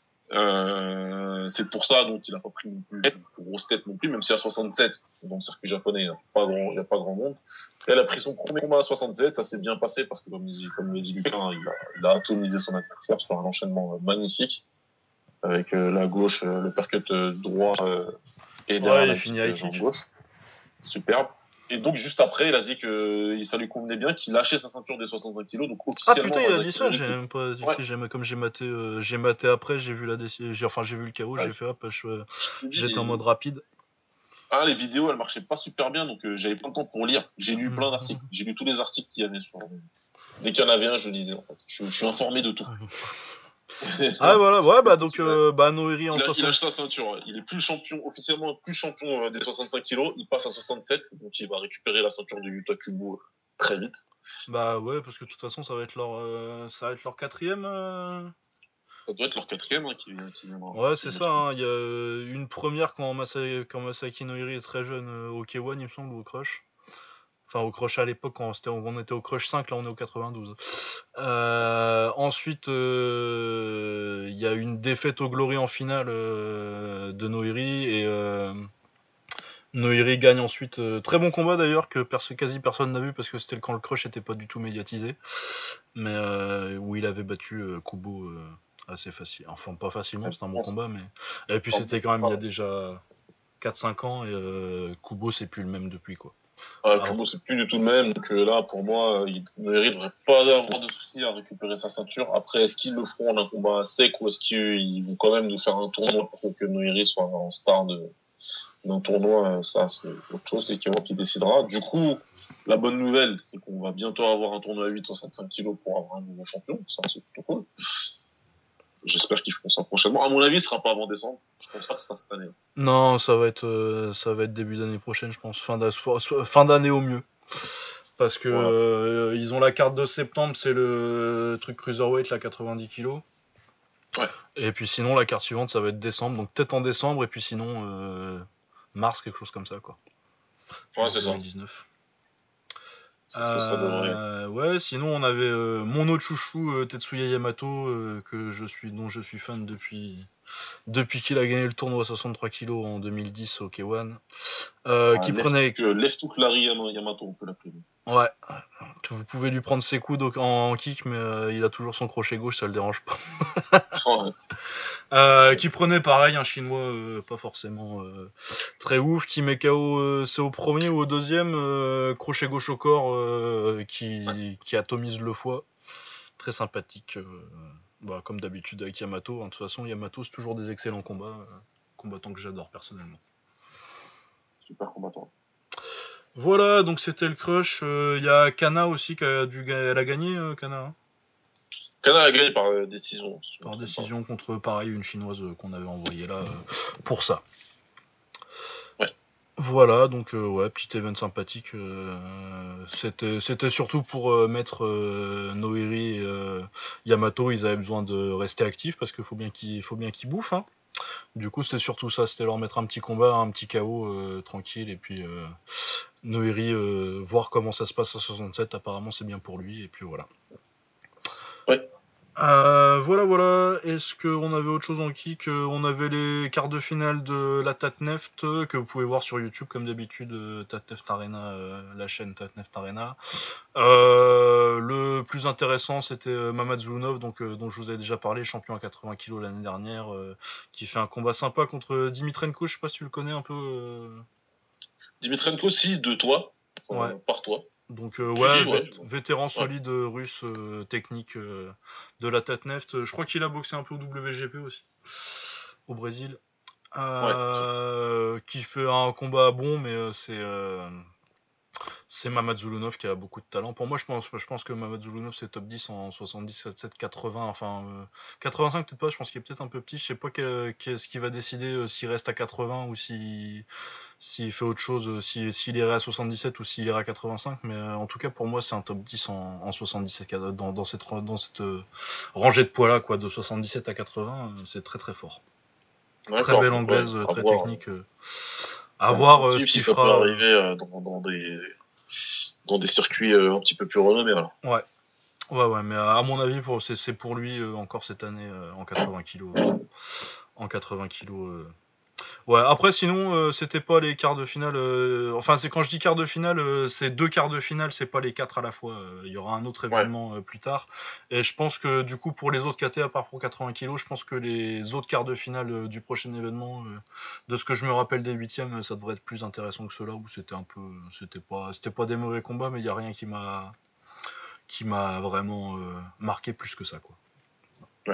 C'est pour ça donc il a pas pris non plus une grosse tête non plus, même si à 67 dans le circuit japonais il y a pas grand monde. Elle a pris son premier combat à 67, ça s'est bien passé parce que comme le dit Lucas, il a atomisé son adversaire sur un enchaînement magnifique avec la gauche, le percut droit et derrière Ouais, il la finit petite high jambe kick. gauche, superbe. Et donc juste après, il a dit que ça lui convenait bien, qu'il lâchait sa ceinture des 65 kilos, donc Ah officiellement putain, il a dit Masaki ça, Nouri, j'ai c'est même pas ouais. tilté, comme j'ai maté après, j'ai vu la décision, enfin j'ai vu le KO, j'ai fait hop, j'étais en mode rapide. Ah, les vidéos, elles marchaient pas super bien, donc j'avais pas le temps pour lire. J'ai lu plein d'articles. J'ai lu tous les articles qu'il y avait sur. Dès qu'il y en avait un, je lisais en fait. Je suis informé de tout. Ah voilà, ouais, bah donc bah Noiri en il 60. lâche sa ceinture. Il est plus champion, officiellement plus champion des 65 kilos. Il passe à 67, donc il va récupérer la ceinture de Yuta Kubo très vite. Bah ouais, parce que de toute façon ça va être leur quatrième. Ça doit être leur quatrième qui viendra. Ouais, Si c'est je me ça, trompe. hein. Il y a une première quand Masaki Noiri est très jeune au K1, il me semble, ou au Crush. Enfin, au Crush à l'époque, quand on était au Crush 5, là on est au 92. Ensuite, il y a une défaite au Glory en finale de Noiri, et Noiri gagne ensuite. Très bon combat d'ailleurs, que quasi personne n'a vu parce que c'était quand le Crush n'était pas du tout médiatisé. Mais où il avait battu Kubo assez facile. Enfin, pas facilement, c'était un bon combat, mais. Et puis c'était quand même il y a déjà 4-5 ans, et Kubo c'est plus le même depuis, quoi. Kubo, c'est plus du tout le même. Donc là, pour moi, Noiri devrait pas avoir de soucis à récupérer sa ceinture. Après, est-ce qu'ils le feront en un combat sec ou est-ce qu'ils vont quand même nous faire un tournoi pour que Noiri soit en star d'un tournoi? Ça, c'est autre chose. C'est Kiro qui décidera. Du coup, la bonne nouvelle, c'est qu'on va bientôt avoir un tournoi à 865 kilos pour avoir un nouveau champion. Ça, c'est plutôt cool. J'espère qu'ils feront ça prochainement. À mon avis, ce sera pas avant décembre. Je pense pas que ce sera cette année. Non, ça va être début d'année prochaine, je pense. Fin d'année au mieux. Parce que Voilà. ils ont la carte de septembre, c'est le truc cruiserweight, la 90 kilos. Ouais. Et puis sinon, la carte suivante, ça va être décembre. Donc peut-être en décembre, et puis sinon, mars, quelque chose comme ça, quoi. Ouais, c'est ça. 2019. C'est ce que ça devrait. Ouais, sinon on avait mon autre chouchou Tetsuya Yamato dont je suis fan depuis qu'il a gagné le tournoi 63 kg en 2010 au K1, qui prenait Lève tout Clary Yamato, on peut l'appeler. ouais, vous pouvez lui prendre ses coudes en kick, mais il a toujours son crochet gauche, ça le dérange pas. Ouais. Qui prenait pareil un chinois pas forcément très ouf, qui met KO, c'est au premier ou au deuxième, crochet gauche au corps, qui atomise le foie, très sympathique, comme d'habitude avec Yamato, hein. De toute façon Yamato c'est toujours des excellents combats, combattants que j'adore personnellement. Super combattant. Voilà, donc c'était le crush. Il y a Kana aussi elle a gagné, Kana, hein. Kana a gagné par décision. Par décision contre, pareil, une chinoise qu'on avait envoyée là pour ça. Ouais. Voilà, donc ouais, petit event sympathique. C'était surtout pour mettre Noiri et Yamato, ils avaient besoin de rester actifs parce qu'il faut bien qu'ils bouffent, hein. Du coup, c'était surtout ça, c'était leur mettre un petit combat, un petit KO tranquille, et puis Noiri, voir comment ça se passe à 67, apparemment c'est bien pour lui, et puis voilà. Ouais. Voilà. Est-ce qu'on avait autre chose en kick? On avait les quarts de finale de la Tatneft que vous pouvez voir sur YouTube comme d'habitude, Tatneft Arena, la chaîne Tatneft Arena. Le plus intéressant c'était Mamad Zulunov, donc, dont je vous avais déjà parlé, champion à 80 kg l'année dernière, qui fait un combat sympa contre Dimitrenko, je sais pas si tu le connais un peu. Dimitrenko, si, de toi, Ouais. par toi. Donc ouais, vétéran solide russe technique de la Tatneft. Je crois qu'il a boxé un peu au WGP aussi, au Brésil. Qui fait un combat bon, mais c'est Mamad Zulunov qui a beaucoup de talent. Pour moi, je pense que Mamad Zulunov c'est top 10 en 70, 80, enfin 85 peut-être pas, je pense qu'il est peut-être un peu petit. Je sais pas ce qui va décider s'il reste à 80 ou s'il fait autre chose, s'il irait à 77 ou s'il irait à 85, mais en tout cas pour moi c'est un top 10 en 77 dans cette rangée de poids là, quoi, de 77 à 80, c'est très très fort. Très belle anglaise, très technique. À voir ce qu'il ça fera. Peut arriver dans des circuits un petit peu plus renommés. Voilà. Ouais, mais à mon avis c'est pour lui encore cette année en 80 kg. En 80 kg. Ouais, après sinon c'était pas les quarts de finale, enfin c'est quand je dis quart de finale, c'est 2 quarts de finale, c'est pas les 4 à la fois, il y aura un autre événement plus tard, et je pense que du coup pour les autres KT à part pour 80 kg, je pense que les autres quarts de finale du prochain événement, de ce que je me rappelle des 8e, ça devrait être plus intéressant que ceux-là où c'était un peu, c'était pas des mauvais combats, mais il y a rien qui m'a vraiment marqué plus que ça, quoi. Ouais.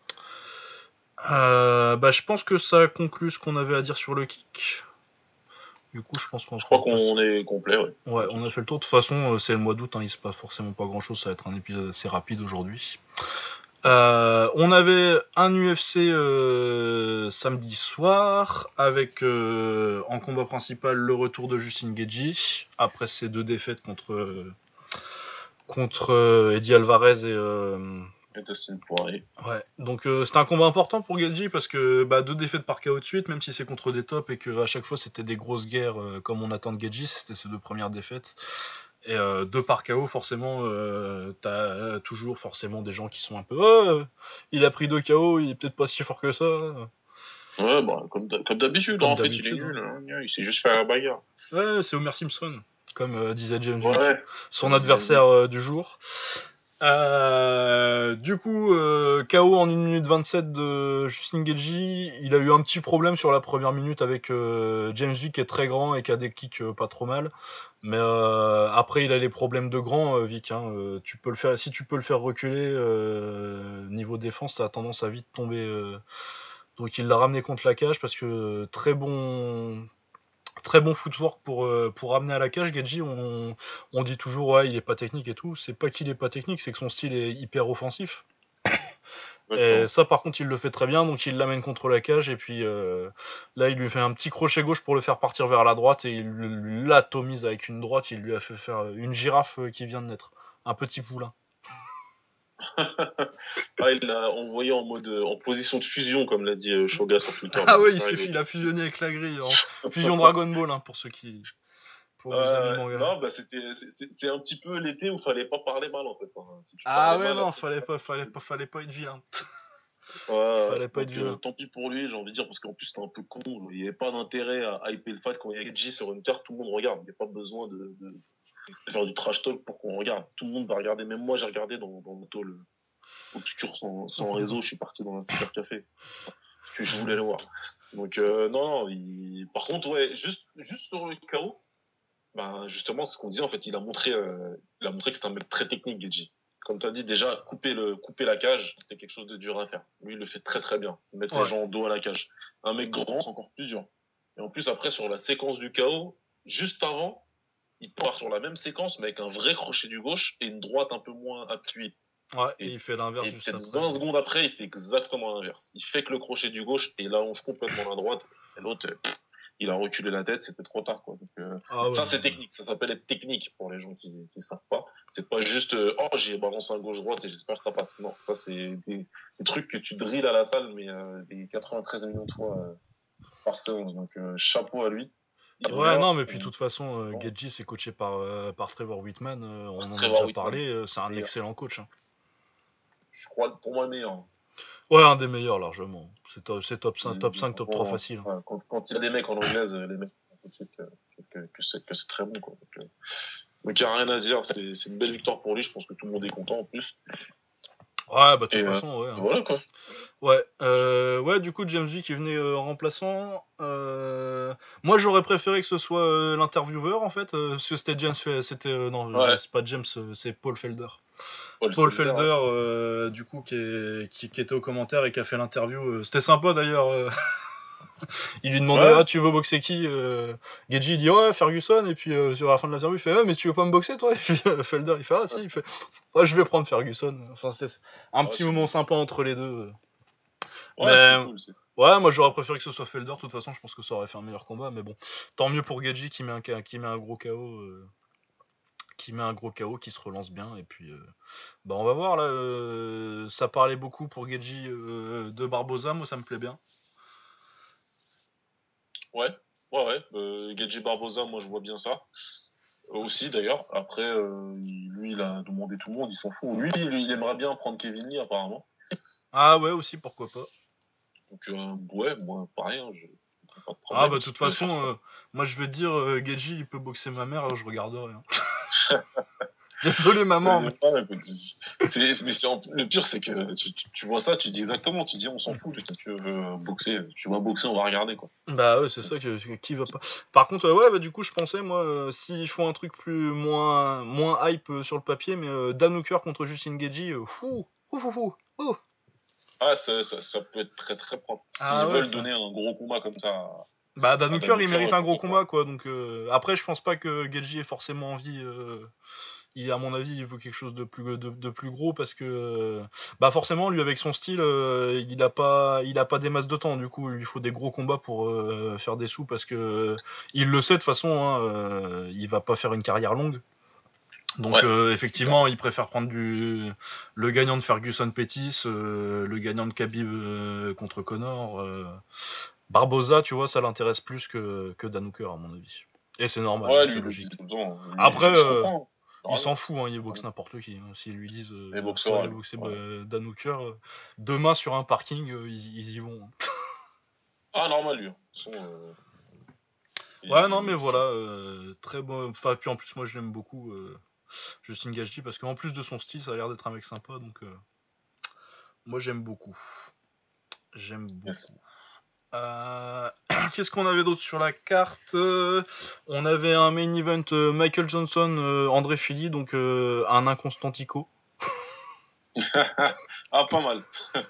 Je pense que ça conclut ce qu'on avait à dire sur le kick. Du coup, je crois qu'on est complet, ouais. Ouais, on a fait le tour. De toute façon, c'est le mois d'août, hein, il se passe forcément pas grand-chose. Ça va être un épisode assez rapide aujourd'hui. On avait un UFC samedi soir avec en combat principal le retour de Justin Gaethje après ses 2 défaites contre Eddie Alvarez et Dustin Poirier. Ouais, donc c'était un combat important pour Gaethje parce que 2 défaites par KO de suite, même si c'est contre des tops et qu'à chaque fois c'était des grosses guerres comme on attend de Gaethje, c'était ses 2 premières défaites. Et 2 par KO, forcément, t'as toujours forcément des gens qui sont un peu il a pris 2 KO, il est peut-être pas si fort que ça. Ouais, comme d'habitude, en fait, il est nul. Il s'est juste fait la bagarre. Ouais, c'est Homer Simpson, comme disait James Vick, son adversaire du jour. Du coup, KO en 1 minute 27 de Justin Gaethje. Il a eu un petit problème sur la première minute avec James Vick qui est très grand et qui a des kicks pas trop mal. Mais après, il a les problèmes de grand, Vick. Hein. Tu peux le faire, si tu peux le faire reculer, niveau défense, ça a tendance à vite tomber. Donc il l'a ramené contre la cage parce que très bon footwork pour ramener à la cage. Gaethje, on dit toujours ouais il est pas technique et tout, c'est pas qu'il est pas technique, c'est que son style est hyper offensif. Et ça, par contre, il le fait très bien, donc il l'amène contre la cage, et puis là, il lui fait un petit crochet gauche pour le faire partir vers la droite, et il l'atomise avec une droite, il lui a fait faire une girafe qui vient de naître. Un petit poulain. Il l'a envoyé en mode en position de fusion, comme l'a dit Shoga sur Twitter. Ah ouais, il a fusionné avec la grille, en fusion Dragon Ball, hein, pour les amis manga. Non, c'est un petit peu l'été où fallait pas parler mal, en fait. Hein. Si non, fallait pas être vilain. Fallait pas être vilain. Tant pis pour lui, j'ai envie de dire, parce qu'en plus c'était un peu con. Il n'y avait pas d'intérêt à hyper le fight quand il y a Geji sur une carte, tout le monde regarde. Il n'y a pas besoin de faire du trash talk pour qu'on regarde. Tout le monde va regarder. Même moi, j'ai regardé dans le taux obscur sans réseau. Je suis parti dans un cybercafé parce que je voulais le voir. Donc non. Par contre, ouais, juste sur le KO. Ben justement, ce qu'on disait, en fait, il a montré que c'est un mec très technique, Geji. Comme tu as dit, déjà, couper la cage, c'est quelque chose de dur à faire. Lui, il le fait très très bien. Mettre les gens en dos à la cage. Un mec grand, c'est encore plus dur. Et en plus, après, sur la séquence du KO, juste avant, il part sur la même séquence, mais avec un vrai crochet du gauche et une droite un peu moins appuyée. Ouais, et il fait l'inverse juste après. 20 secondes après, il fait exactement l'inverse. Il fait que le crochet du gauche et il allonge complètement la droite. Et l'autre, il a reculé la tête, c'était trop tard, quoi. Donc, ça, c'est technique. Ça s'appelle être technique pour les gens qui savent pas. C'est pas juste, j'ai balancé un gauche-droite et j'espère que ça passe. Non, ça, c'est des trucs que tu drilles à la salle, mais des 93 millions de fois par séance. Donc, chapeau à lui. Non, mais puis de toute façon, Geji, c'est coaché par Trevor Whitman. On en a déjà parlé. C'est un excellent coach. Hein. Je crois, pour moi, le meilleur. Ouais, un des meilleurs, largement. C'est top 5, top 3 facile. Hein. Quand il y a des mecs en anglaise, les mecs tout de suite que c'est très bon, quoi. Donc, il n'y a rien à dire. C'est une belle victoire pour lui. Je pense que tout le monde est content en plus. Ouais, bah de toute façon, ouais. Voilà, quoi. Ouais, du coup, James Vick est venu en remplaçant. Moi, j'aurais préféré que ce soit l'intervieweur, en fait, parce que c'était James. C'est pas James, c'est Paul Felder. Paul Felder, du coup, qui était au commentaire et qui a fait l'interview. C'était sympa d'ailleurs. Il lui demandait tu veux boxer qui Geji dit ouais, Ferguson, et puis sur la fin de l'interview il fait mais tu veux pas me boxer toi, et puis Felder il fait si, il fait je vais prendre Ferguson. Enfin, c'est un petit moment sympa entre les deux. Ouais, cool, ouais, moi j'aurais préféré que ce soit Felder. De toute façon, je pense que ça aurait fait un meilleur combat, mais bon, tant mieux pour Geji qui met un gros KO. Qui se relance bien, et puis on va voir là. Ça parlait beaucoup pour Geji de Barboza, moi ça me plaît bien. Ouais. Geji Barboza, moi je vois bien ça. Aussi d'ailleurs. Après, lui il a demandé tout le monde, il s'en fout. Lui il aimerait bien prendre Kevin Lee apparemment. Ah ouais, aussi, pourquoi pas. Donc ouais, moi pareil, pas de problème. De toute façon, moi je vais te dire, Geji il peut boxer ma mère, je regarderai. Hein. Désolé maman. Mais le pire c'est que tu vois ça, tu dis exactement, tu dis on s'en fout, tu veux boxer, tu vas boxer, on va regarder quoi. Bah ouais, c'est ça qui va pas. Par contre ouais, du coup je pensais moi s'ils font un truc moins hype sur le papier, mais Dan Hooker contre Justin Geji, fou. Ah, ça peut être très très propre. S'ils veulent donner un gros combat comme ça. Bah Dan Hooker il mérite un gros combat quoi, donc après je pense pas que Geji ait forcément envie. À mon avis, il veut quelque chose de plus gros, parce que forcément lui avec son style, il a pas des masses de temps. Du coup, il lui faut des gros combats pour faire des sous, parce que il le sait de toute façon. Il va pas faire une carrière longue. Donc effectivement, il préfère prendre le gagnant de Ferguson Pettis, le gagnant de Khabib contre Conor. Barboza, tu vois, ça l'intéresse plus que Dan Hooker, à mon avis. Et c'est normal, c'est logique. Après, il s'en fout, il boxe n'importe qui. S'ils lui disent boxer Dan Hooker, demain sur un parking, ils y vont. Ah, normal, lui. Ouais, non, mais voilà, très bon. Enfin, puis en plus, moi, je l'aime beaucoup, Justin Gaethje, parce qu'en plus de son style, ça a l'air d'être un mec sympa, donc moi, j'aime beaucoup. Yes. Qu'est-ce qu'on avait d'autre sur la carte? On avait un main event Michael Johnson, André Fili, donc un inconstantico. Ah, pas mal.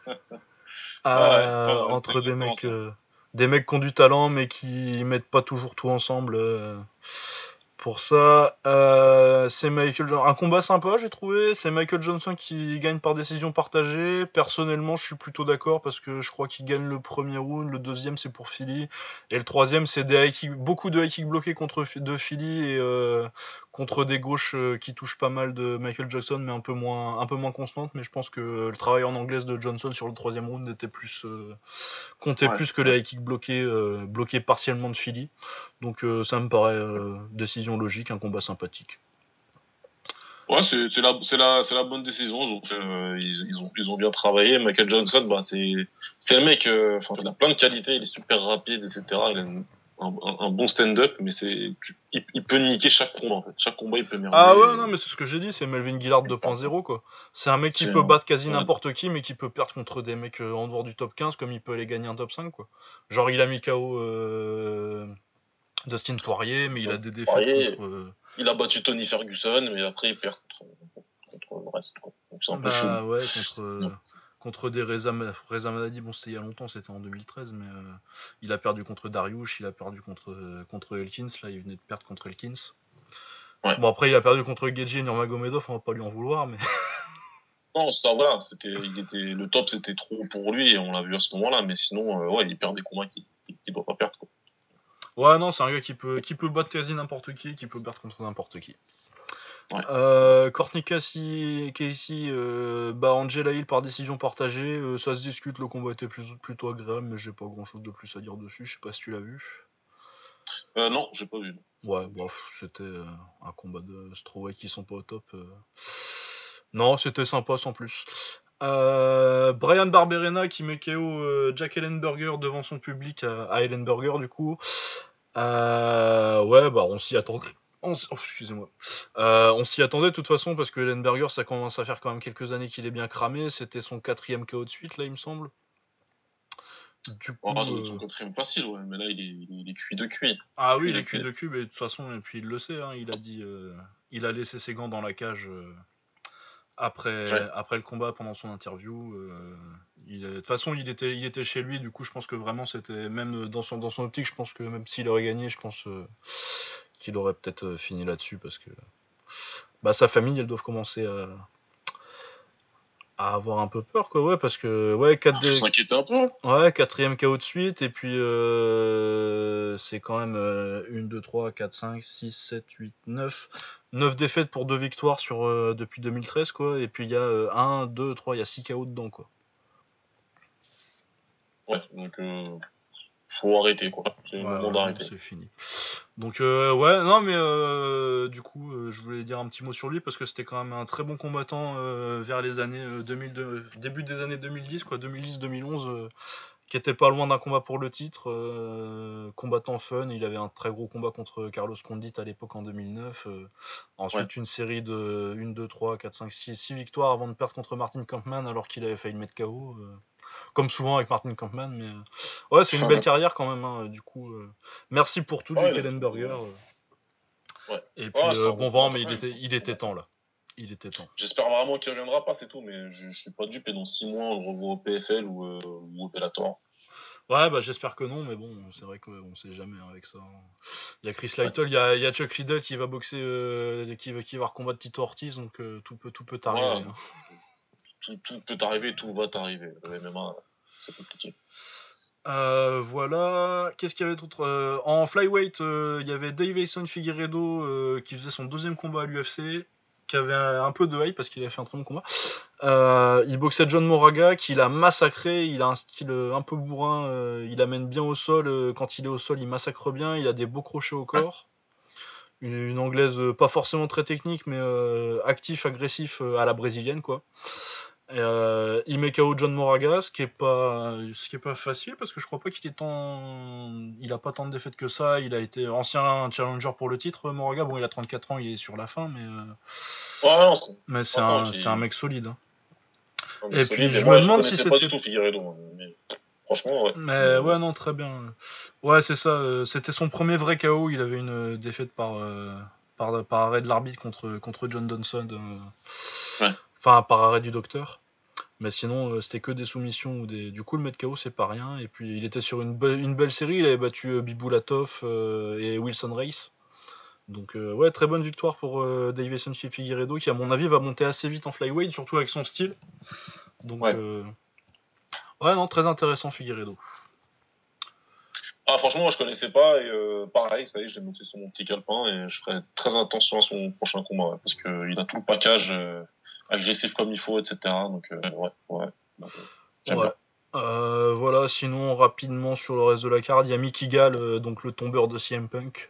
Entre des mecs qui ont du talent, mais qui mettent pas toujours tout ensemble. Pour ça, c'est un combat sympa, j'ai trouvé. C'est Michael Johnson qui gagne par décision partagée. Personnellement, je suis plutôt d'accord parce que je crois qu'il gagne le premier round, le deuxième c'est pour Philly, et le troisième c'est beaucoup de high kicks bloqués de Philly et contre des gauches qui touchent pas mal de Michael Johnson, mais un peu moins constantes. Mais je pense que le travail en anglaise de Johnson sur le troisième round comptait Ouais, plus que les high kicks bloqués partiellement de Philly. Donc ça me paraît décision logique, un combat sympathique. ouais, c'est la bonne décision. Donc, ils ont bien travaillé. Michael Johnson, bah, c'est le mec, enfin, il a plein de qualités. Il est super rapide, etc. Il a un bon stand-up, mais il peut niquer chaque combat, en fait. Chaque combat, il peut Ah ouais, merder. non, mais c'est ce que j'ai dit, c'est Melvin Gillard 2.0, quoi. C'est un mec qui C'est peut battre quasi ouais, n'importe qui, mais qui peut perdre contre des mecs en dehors du top 15, comme il peut aller gagner un top 5, quoi. Genre, il a mis KO Dustin Poirier, mais il a des défaites Poirier, contre... il a battu Tony Ferguson, mais après, il perd contre le reste, quoi. Donc, c'est un peu chelou. Bah ouais, contre des Reza Madadi, bon, c'était il y a longtemps, c'était en 2013, mais il a perdu contre Dariush, il a perdu contre Elkins, là, il venait de perdre contre Elkins. Ouais. Bon, après, il a perdu contre Gaethje et Nurmagomedov, on va pas lui en vouloir, mais... Non, ça, voilà, le top, c'était trop pour lui, et on l'a vu à ce moment-là, mais sinon, ouais, il perd des combats qu'il doit pas perdre, quoi. Ouais, non, c'est un gars qui peut battre quasi n'importe qui peut perdre contre n'importe qui. Ouais. Courtney Casey bat Angela Hill par décision partagée. Ça se discute, le combat était plutôt agréable, mais j'ai pas grand chose de plus à dire dessus. Je sais pas si tu l'as vu. Non, j'ai pas vu. Ouais, bof, c'était un combat de strawweight qui sont pas au top. Non, c'était sympa sans plus. Brian Barberena qui met KO Jack Ellenberger devant son public à Ellenberger du coup. Ouais, bah on s'y attendait. Excusez-moi. On s'y attendait de toute façon parce que Ellenberger, ça commence à faire quand même quelques années qu'il est bien cramé. C'était son 4e KO de suite là, il me semble. Du coup. Ça doit être son quatrième facile, ouais, mais là, il est cuit de cuit. Ah oui, Cuit il de est cul cuit. de cube et de toute façon, et puis il le sait, hein, il a dit, il a laissé ses gants dans la cage Ouais. après le combat pendant son interview. De toute façon, il était chez lui, du coup, je pense que vraiment c'était même dans son optique, je pense que même s'il aurait gagné, je pense qu'il aurait peut-être fini là-dessus parce que bah, sa famille, elles doivent commencer à avoir un peu peur, quoi, ouais, parce que ouais, Faut s'inquiéter un peu. ouais, 4e KO de suite, et puis c'est quand même 1, 2, 3, 4, 5, 6, 7, 8, 9. 9 défaites pour 2 victoires depuis 2013, quoi. Et puis il y a 1, 2, 3, il y a 6 KO dedans, quoi. Ouais, donc, faut arrêter, quoi. C'est le Ouais, moment ouais, non, d'arrêter. c'est fini. Donc, ouais, non, mais du coup, je voulais dire un petit mot sur lui parce que c'était quand même un très bon combattant vers les années 2002, début des années 2010, quoi, 2010-2011. Qui était pas loin d'un combat pour le titre, combattant fun, il avait un très gros combat contre Carlos Condit à l'époque en 2009, Ouais. ensuite une série de 1, 2, 3, 4, 5, 6 victoires avant de perdre contre Martin Kampmann alors qu'il avait failli le mettre KO, comme souvent avec Martin Kampmann, mais ouais, c'est une belle carrière quand même, hein, du coup, merci pour tout Ouais, Jack Ellenberger, ouais. et puis Ouais, c'était un bon bon vent, combattant mais quand même. il était temps là, il était temps. J'espère vraiment qu'il reviendra pas, c'est tout, mais je suis pas dupe et dans 6 mois, on le revoit au PFL ou au Bellator. Ouais, bah j'espère que non, mais bon, c'est vrai qu'on sait jamais hein, avec ça, hein. Il y a Chris Ouais. Lytle, il y a Chuck Liddell qui va boxer, qui va recombattre Tito Ortiz, donc tout peut arriver, Voilà, hein. tout peut t'arriver, tout va t'arriver. Le MMA, c'est compliqué. Voilà, qu'est-ce qu'il y avait d'autre en flyweight, il y avait Deiveson Figueiredo qui faisait son 2e combat à l'UFC, qui avait un peu de hype parce qu'il avait fait un très bon combat. Il boxait John Moraga, qui l'a massacré. Il a un style un peu bourrin. Il amène bien au sol. Quand il est au sol, il massacre bien. Il a des beaux crochets au Ouais. corps. Une anglaise pas forcément très technique, mais actif, agressif à la brésilienne, quoi. Et, il met KO John Moraga, ce qui est pas facile parce que je crois pas il a pas tant de défaites que ça. Il a été ancien challenger pour le titre. Moraga, bon, il a 34 ans, il est sur la fin, Ouais, non, mais attends, c'est un mec solide, hein. un mec Et puis solide. Et je me moi, je demande si connaissais pas c'était du tout Figueiredo, hein, mais franchement, ouais. Mais ouais, non, très bien. Ouais, c'est ça. C'était son premier vrai KO. Il avait une défaite par arrêt de l'arbitre contre John Donson. Ouais. Enfin, par arrêt du docteur. Mais sinon, c'était que des soumissions ou des. Du coup, le mettre KO, c'est pas rien. Et puis, il était sur une belle série. Il avait battu Bibulatov et Wilson Race. Donc ouais, très bonne victoire pour Deiveson Figueiredo qui à mon avis va monter assez vite en flyweight, surtout avec son style. Donc ouais, non, très intéressant Figueiredo. Ah, franchement, moi, je connaissais pas, et pareil, ça y est, je l'ai noté sur mon petit calepin, et je ferai très attention à son prochain combat, ouais, parce que il a tout le package agressif comme il faut, etc. Donc, ouais. Donc, j'aime bien. Voilà, sinon rapidement sur le reste de la carte, il y a Mickey Gall, donc le tombeur de CM Punk,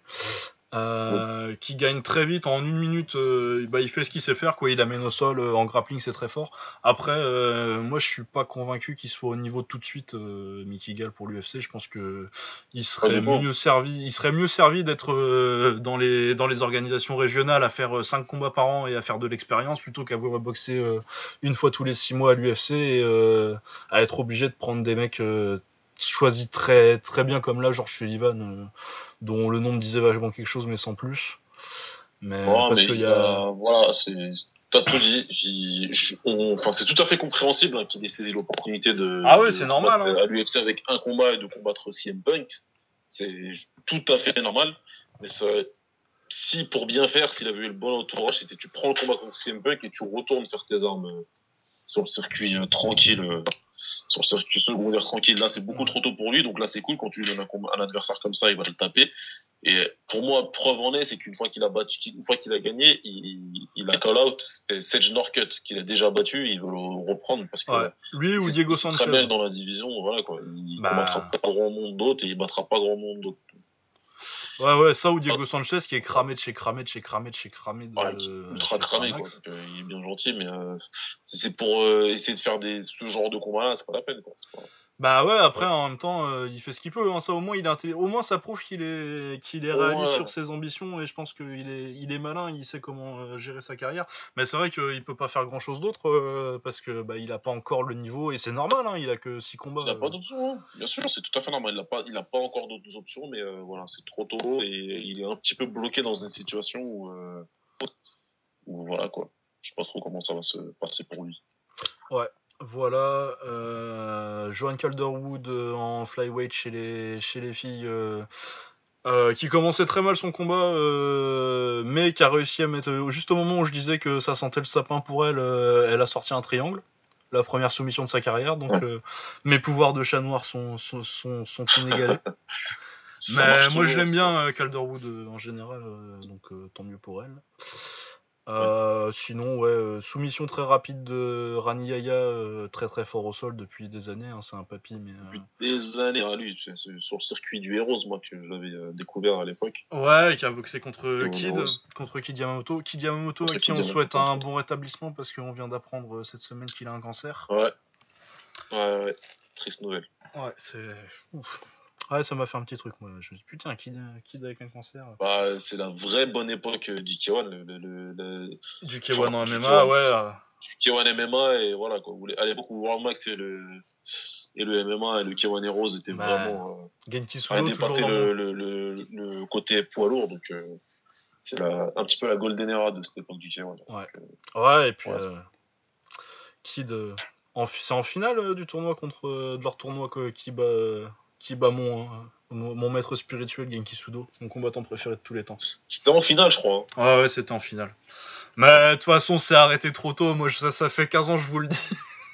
qui gagne très vite en 1 minute. Il fait ce qu'il sait faire, quoi. Il amène au sol en grappling, c'est très fort. Après, moi je suis pas convaincu qu'il soit au niveau tout de suite, Mickey Gall pour l'UFC. Je pense que il serait mieux servi d'être dans les organisations régionales à faire 5 combats par an et à faire de l'expérience plutôt qu'à boxer une fois tous les 6 mois à l'UFC et à être obligé de prendre des mecs choisis très très bien comme là Georges Sullivan, dont le nom me disait vachement quelque chose mais sans plus. Mais parce qu'il y a voilà, t'as tout dit. Enfin, c'est tout à fait compréhensible qu'il ait saisi l'opportunité c'est normal à l'UFC avec un combat et de combattre CM Punk. C'est tout à fait normal. Mais si pour bien faire, s'il avait eu le bon entourage, c'était tu prends le combat contre CM Punk et tu retournes faire tes armes sur le circuit tranquille, sur le circuit secondaire tranquille. Là, c'est beaucoup trop tôt pour lui, donc là, c'est cool quand tu lui donnes un adversaire comme ça, il va le taper. Et pour moi, preuve en est, c'est qu'une fois qu'il a gagné, il a call out Sage Northcutt qu'il a déjà battu, il veut le reprendre parce que lui ou Diego Sanchez, très bien dans la division, voilà quoi. Il combattra pas grand monde d'autre et il battra pas grand monde d'autre. Ouais, ça ou Diego Sanchez qui est cramé de chez cramé. Ultra cramé, quoi. Donc, il est bien gentil, mais c'est pour essayer de faire ce genre de combat-là, c'est pas la peine, quoi. Bah ouais, après en même temps, il fait ce qu'il peut. Hein. Ça au moins, au moins ça prouve qu'il est réaliste sur ses ambitions et je pense qu'il est malin, il sait comment gérer sa carrière. Mais c'est vrai qu'il peut pas faire grand chose d'autre parce que il a pas encore le niveau et c'est normal. Hein, il a que 6 combats. Il a pas d'options, hein. Bien sûr, c'est tout à fait normal. Il a pas encore d'autres options, mais voilà, c'est trop tôt et il est un petit peu bloqué dans une situation où voilà quoi. Je sais pas trop comment ça va se passer pour lui. Ouais. Voilà, Joan Calderwood en flyweight chez les filles, qui commençait très mal son combat, mais qui a réussi à mettre, juste au moment où je disais que ça sentait le sapin pour elle, elle a sorti un triangle, la première soumission de sa carrière, donc mes pouvoirs de chat noir sont inégalés. Mais moi je l'aime bien, Calderwood en général, donc tant mieux pour elle. Sinon, soumission très rapide de Rani Yahya, très très fort au sol depuis des années. Hein, c'est un papy, mais depuis des années. Lui, c'est sur le circuit du Heroes, moi que je l'avais découvert à l'époque. Ouais, qui a boxé contre Kid Yamamoto. Kid Yamamoto, à qui on souhaite un bon rétablissement parce qu'on vient d'apprendre cette semaine qu'il a un cancer. Ouais. Triste nouvelle. Ouais, c'est ouf. Ouais, ça m'a fait un petit truc, moi. Je me dis, putain, Kid avec un cancer. C'est la vraie bonne époque du K1. Du K1 en MMA, ouais. Du K1 MMA, et voilà, quoi. À l'époque où World Max et le MMA et le K1 Heroes étaient vraiment. Genki Sudo, dépassé le côté poids lourd, donc c'est un petit peu la golden era de cette époque du K1. Ouais, et puis Kid. C'est en finale du tournoi de leur tournoi qui bat mon maître spirituel Genki Sudo, mon combattant préféré de tous les temps. C'était en finale, je crois. Hein. Ouais, c'était en finale. Mais de toute façon, c'est arrêté trop tôt. Moi, ça fait 15 ans, je vous le dis.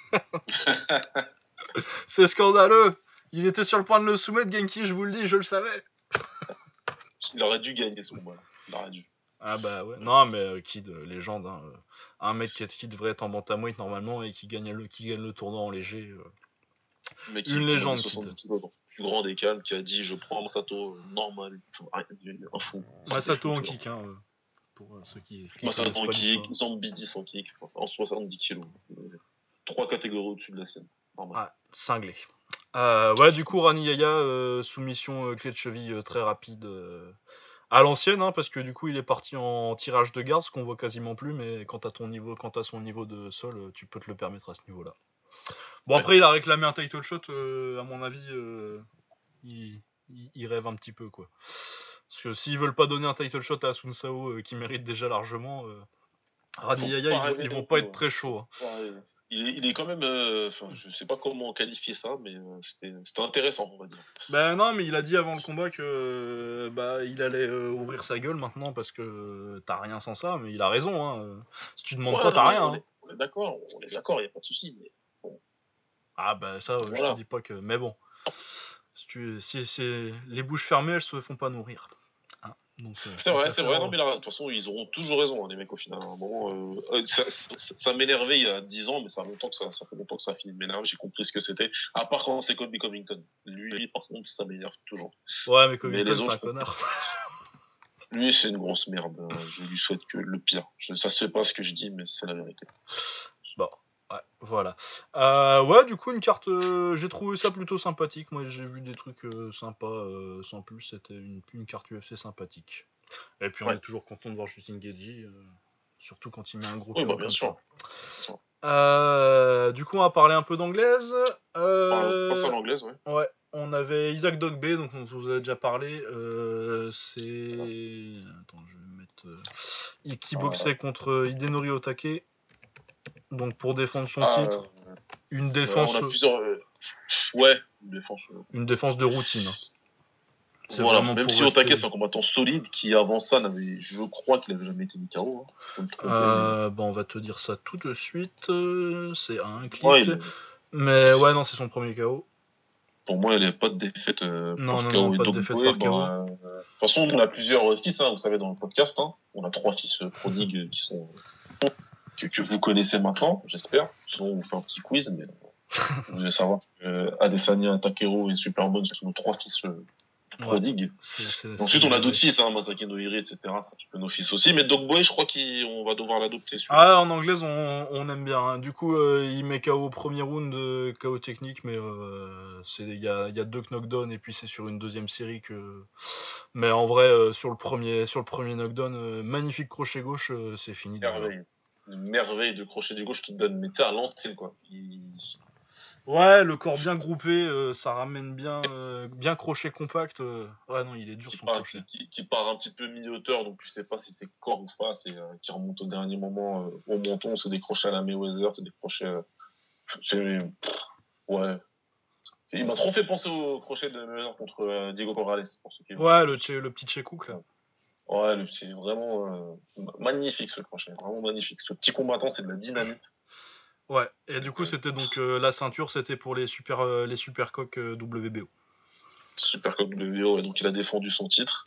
C'est scandaleux. Il était sur le point de le soumettre, Genki, je vous le dis, je le savais. Il aurait dû gagner ce combat. Il aurait dû. Ah bah ouais. Non, mais Kid, légende. Hein. Un mec qui devrait être en bantamweight normalement et qui gagne le tournoi en léger. Mais qui, une légende. 70 kilos, plus grand des calmes, qui a dit je prends Masato normal. Un fou. Masato en kick, hein. Pour ceux qui Masato en kick, Zambidi en kick, en 70 kilos. 3 catégories au-dessus de la scène. Normal. Ah, cinglé. Ouais, du coup, Rani Yahya, soumission clé de cheville très rapide. À l'ancienne, hein, parce que du coup il est parti en tirage de garde, ce qu'on voit quasiment plus, mais quand t'as son niveau de sol, tu peux te le permettre à ce niveau-là. Bon, après il a réclamé un title shot, à mon avis, il rêve un petit peu, quoi. Parce que s'ils veulent pas donner un title shot à Asun Sao, qui mérite déjà largement, Rani Yahya, ils vont pas être très chauds. Hein. il est quand même, je sais pas comment qualifier ça, mais c'était intéressant, on va dire. Ben non, mais il a dit avant le combat que il allait ouvrir sa gueule maintenant parce que t'as rien sans ça, mais il a raison. Hein. Si tu demandes Ouais, pas, non, t'as mais rien. Hein. on est d'accord, il y a pas de souci. Mais bon, Ah bah ça, je te voilà. dis pas que. Mais bon, si les bouches fermées, elles se font pas nourrir. Hein. Donc, tant qu'à C'est faire. vrai. Non, mais là, de toute façon, ils auront toujours raison, hein, les mecs, au final. À un moment, ça m'énervait il y a 10 ans, mais ça fait longtemps que ça a fini de m'énerver. J'ai compris ce que c'était. À part quand c'est Colby Covington. Lui, par contre, ça m'énerve toujours. Ouais, mais Mais Covington, les c'est autres, un connard. lui, c'est une grosse merde. Je lui souhaite que le pire. Ça se fait pas ce que je dis, mais c'est la vérité. Bon, ouais, voilà. Ouais, du coup, une carte, j'ai trouvé ça plutôt sympathique. Moi, j'ai vu des trucs sympas, sans plus. C'était une carte UFC sympathique. Et puis, on Ouais. est toujours content de voir Justin Gaethje, surtout quand il met un gros Oui, KO bah, bien comme sûr. ça. Du coup, on va parler un peu d'anglaise. Passe à l'anglaise, ouais. Ouais, on avait Isaac Dogbe, donc on vous a déjà parlé. C'est. Attends, je vais mettre. Qui boxait contre Hidenori Otake. Donc pour défendre son titre, une défense. On a plusieurs. Ouais, une défense de routine. C'est voilà, vraiment même pour si rester. Otake c'est un combattant solide qui avant ça je crois qu'il avait jamais été mis KO. Hein. Je peux me tromper, On va te dire ça tout de suite. C'est à un clic. Ouais, Mais ouais, non, c'est son premier KO. pour moi, il n'y a pas de défaite Non, par KO. Et pas de donc, défaite ouais, par KO. de toute façon, on a plusieurs fils, hein, vous savez, dans le podcast. Hein. On a 3 fils prodigues qui sont que vous connaissez maintenant, j'espère. Sinon, on vous fait un petit quiz, mais vous allez savoir que Adesanya, Takeru et Superbone sont nos 3 fils prodigues. Ouais, Ensuite, on a d'autres fils, hein, Masaki Noiri, etc. C'est un petit peu nos fils aussi. Mais Dogboy, je crois qu'on va devoir l'adopter. Ah, en anglaise, on aime bien. Hein. Du coup, il met KO au premier round, KO technique, mais il y a 2 knockdowns et puis c'est sur une deuxième série que. Mais en vrai, sur le premier knockdown, magnifique crochet gauche, c'est fini. Merveille. Une merveille de crochet du gauche qui te donne, mais tu sais, à l'ancienne, quoi. Ouais, le corps bien groupé, ça ramène bien crochet compact. Ouais, non, il est dur son crochet. Qui part un petit peu mi-hauteur, donc tu sais pas si c'est corps ou face, et qui remonte au dernier moment au menton, c'est des crochets à la Mayweather, c'est des crochets. Ouais. Il m'a trop fait penser au crochet de Mayweather contre Diego Corrales, pour ceux qui Ouais, le petit Tchekouk, là. Ouais, c'est vraiment magnifique ce crochet, vraiment magnifique. Ce petit combattant, c'est de la dynamite. Ouais, et du coup, c'était donc la ceinture, c'était pour les super coques WBO. Super coq WBO, et donc il a défendu son titre.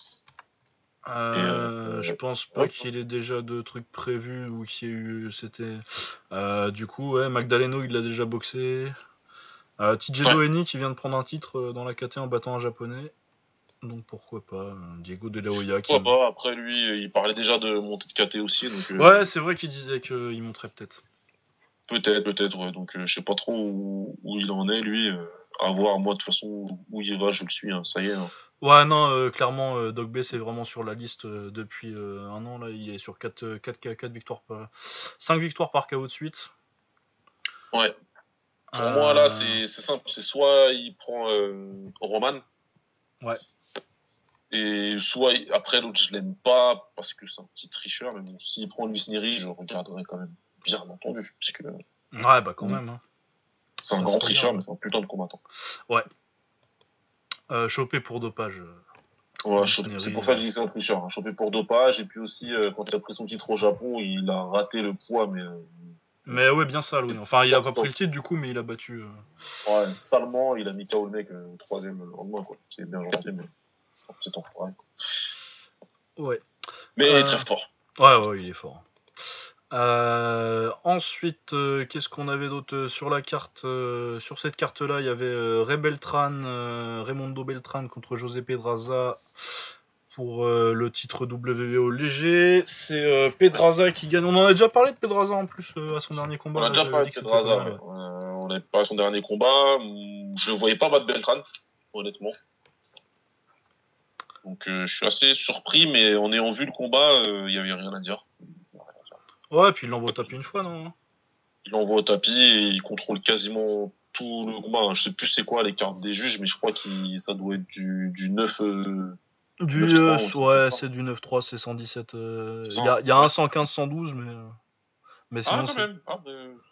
Je pense pas qu'il ait déjà de trucs prévus ou qu'il y ait eu. C'était. Du coup, ouais, Magdaleno, il l'a déjà boxé. TJ Doheny qui vient de prendre un titre dans la KT en battant un japonais. Donc pourquoi pas. Diego De La Hoya qui. Pourquoi pas, après lui, il parlait déjà de montée de KT aussi. Donc, ouais, c'est vrai qu'il disait qu'il monterait peut-être. Peut-être, ouais. Donc je sais pas trop où il en est, lui. À voir, moi, de toute façon, où il va, je le suis, hein, ça y est. Hein. Ouais, non, clairement, Dogbe, c'est vraiment sur la liste depuis un an. Là, il est sur 4 victoires 5 victoires par KO de suite. Ouais. Pour moi, là, c'est simple. C'est soit il prend Roman. Ouais. Et soit, après, l'autre, je l'aime pas parce que c'est un petit tricheur. Mais bon, s'il prend Luis Neri, je regarderai quand même, bien entendu. Parce que, ouais, bah quand même. Hein. C'est un grand tricheur, mais c'est un putain de combattant. Ouais. Chopé pour dopage. Ouais, c'est pour ça que je dis c'est un tricheur. Hein. Chopé pour dopage. Et puis aussi, quand il a pris son titre au Japon, il a raté le poids, mais ouais, bien sale, oui. Enfin, il a pas pris le titre du coup, mais il a battu. Ouais, salement, il a mis KO le mec au 3ème lendemain, quoi. C'est bien gentil, mais c'est enfoiré. Ouais. Mais il est très fort. Ouais, il est fort. Ensuite, qu'est-ce qu'on avait d'autre sur la carte sur cette carte-là, il y avait Raymondo Beltran contre José Pedraza pour le titre WBO léger. C'est Pedraza qui gagne. On en a déjà parlé de Pedraza en plus à son dernier combat. On a déjà parlé de Pedraza. Ouais. On avait parlé de son dernier combat. Je le voyais pas battre Beltran, honnêtement. Donc je suis assez surpris, mais en ayant vu le combat, il y avait rien à dire. Ouais, puis il l'envoie au tapis une fois, non? Il l'envoie au tapis et il contrôle quasiment tout le combat. Je sais plus c'est quoi les cartes des juges, mais je crois que ça doit être du 9. Ouais, c'est du 9-3, c'est 117. Il y a un 115, 112, mais sinon. Ah, quand même.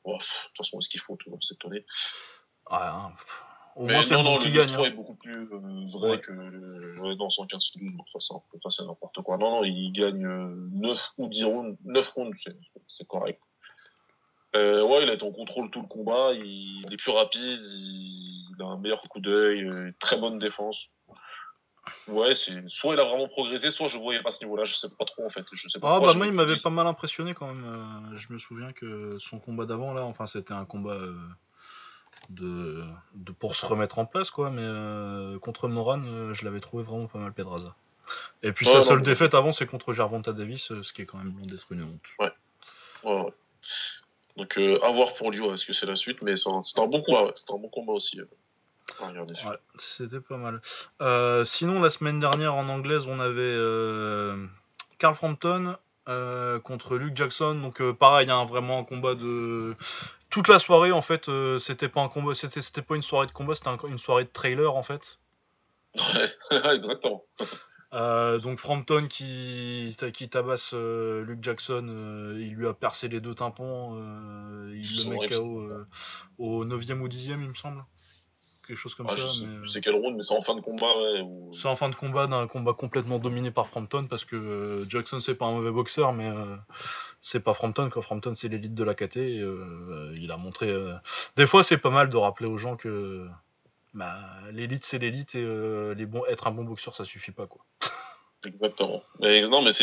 De toute façon, est-ce qu'il faut toujours s'étonner? Ah, au Mais moins, c'est le bon le qui gagne. 9-3 Hein. est beaucoup plus vrai que dans 115-12. Donc ça, c'est n'importe quoi. Non, il gagne 9 ou 10 rounds. 9 rounds, c'est correct. Ouais, il a été en contrôle tout le combat. Il est plus rapide. Il a un meilleur coup d'œil. Très bonne défense. Ouais, soit il a vraiment progressé, soit je voyais pas ce niveau-là. Je sais pas trop en fait. Je sais pas Ah, pourquoi bah, je moi, il m'étais m'avait dit. pas mal impressionné quand même. Je me souviens que son combat d'avant, là, enfin, c'était un combat de, pour se remettre en place, quoi. Mais contre Moran, je l'avais trouvé vraiment pas mal, Pedraza. Et puis sa Ouais, non, seule mais défaite avant, c'est contre Gervonta Davis, ce qui est quand même loin d'être une honte. ouais. Donc à voir pour lui, est-ce que c'est la suite, mais c'était un bon combat, c'était un bon combat aussi. Regardez. Ouais, c'était pas mal. Sinon, la semaine dernière en anglaise, on avait Carl Frampton contre Luke Jackson. Donc pareil, hein, vraiment un combat de toute la soirée en fait. C'était pas un combat, c'était pas une soirée de combat, c'était une soirée de trailer en fait. Ouais, exactement. Donc Frampton qui tabasse Luke Jackson, il lui a percé les deux tympans, il le met KO au 9e ou 10e il me semble. Quelque chose comme ça. Je sais quel round, mais c'est en fin de combat, ouais. C'est en fin de combat d'un combat complètement dominé par Frampton parce que Jackson c'est pas un mauvais boxeur mais c'est pas Frampton quoi. Frampton c'est l'élite de la KT et il a montré. Des fois c'est pas mal de rappeler aux gens que l'élite c'est l'élite et être un bon boxeur ça suffit pas quoi. Exactement. Non, mais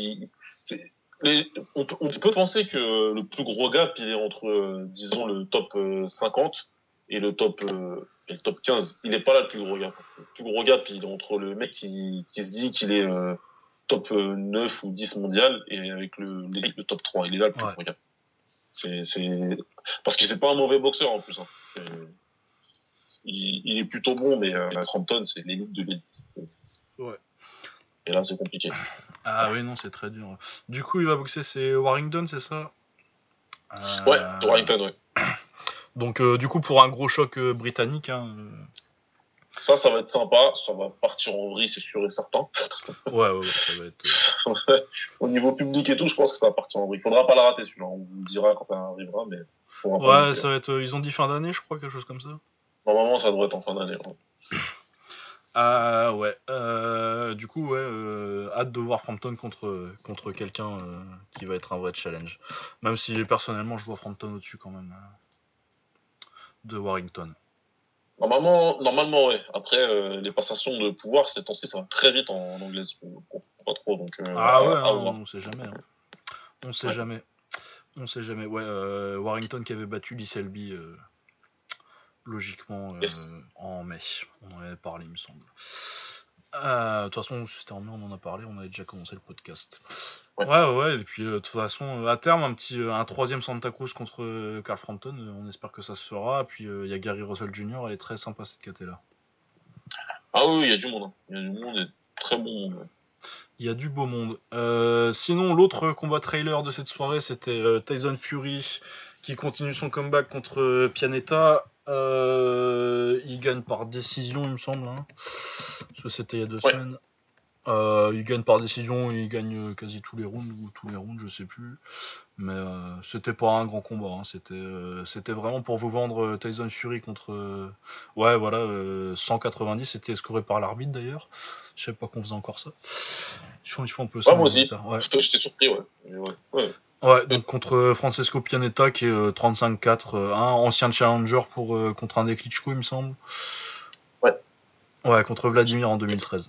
on peut penser que le plus gros gap, il est entre, disons, le top 50 et le top 15. Il n'est pas là le plus gros gap. Le plus gros gap, il est entre le mec qui se dit qu'il est top 9 ou 10 mondial et avec le top 3. Il est là le plus gros gap. Parce que c'est pas un mauvais boxeur en plus. Hein. Il est plutôt bon, mais Frampton, c'est l'élite de l'élite. Ouais. Et là, c'est compliqué. Ah oui, non, c'est très dur. Du coup, il va boxer, c'est Warrington, c'est ça Ouais, Warrington, ouais. Donc, du coup, pour un gros choc britannique. Hein, Ça va être sympa. Ça va partir en vrille, c'est sûr et certain. Ouais, ça va être. Au niveau public et tout, je pense que ça va partir en vrille. Faudra pas la rater, celui-là. On vous dira quand ça arrivera, mais faudra pas Ouais, ça va être. Ils ont dit fin d'année, je crois, quelque chose comme ça. Normalement, ça devrait être en fin d'année. Ouais. Du coup, hâte de voir Frampton contre quelqu'un qui va être un vrai challenge. Même si personnellement, je vois Frampton au-dessus quand même de Warrington. Normalement, ouais. Après, les passations de pouvoir, ces temps-ci, ça va très vite en anglais. Pas trop, donc Ah ouais, à voir. on sait jamais. Hein. On sait jamais. Ouais, Warrington qui avait battu Lee Selby logiquement Yes. en mai. On en avait parlé, il me semble. De toute façon, c'était en mai, on en a parlé, on avait déjà commencé le podcast. Ouais, et puis de toute façon, à terme, un troisième Santa Cruz contre Carl Frampton, on espère que ça se fera. Puis il y a Gary Russell Jr., elle est très sympa cette KT là. Ah oui, il y a du monde. Hein. Il y a du monde et très bon monde. Il y a du beau monde. Sinon, l'autre combat trailer de cette soirée, c'était Tyson Fury qui continue son comeback contre Pianeta. Il gagne par décision, il me semble. Hein. Parce que c'était il y a 2 semaines. Il gagne par décision, il gagne quasi tous les rounds, ou tous les rounds, je sais plus. Mais c'était pas un grand combat. Hein. C'était vraiment pour vous vendre Tyson Fury contre. 190. C'était scoré par l'arbitre d'ailleurs. Je sais pas qu'on faisait encore ça. Ils font un peu ça. Moi aussi. Ouais. J'étais surpris, ouais. Ouais, donc contre Francesco Pianeta qui est 35-4, ancien challenger contre un des Klitschko, il me semble. Ouais, contre Vladimir en 2013.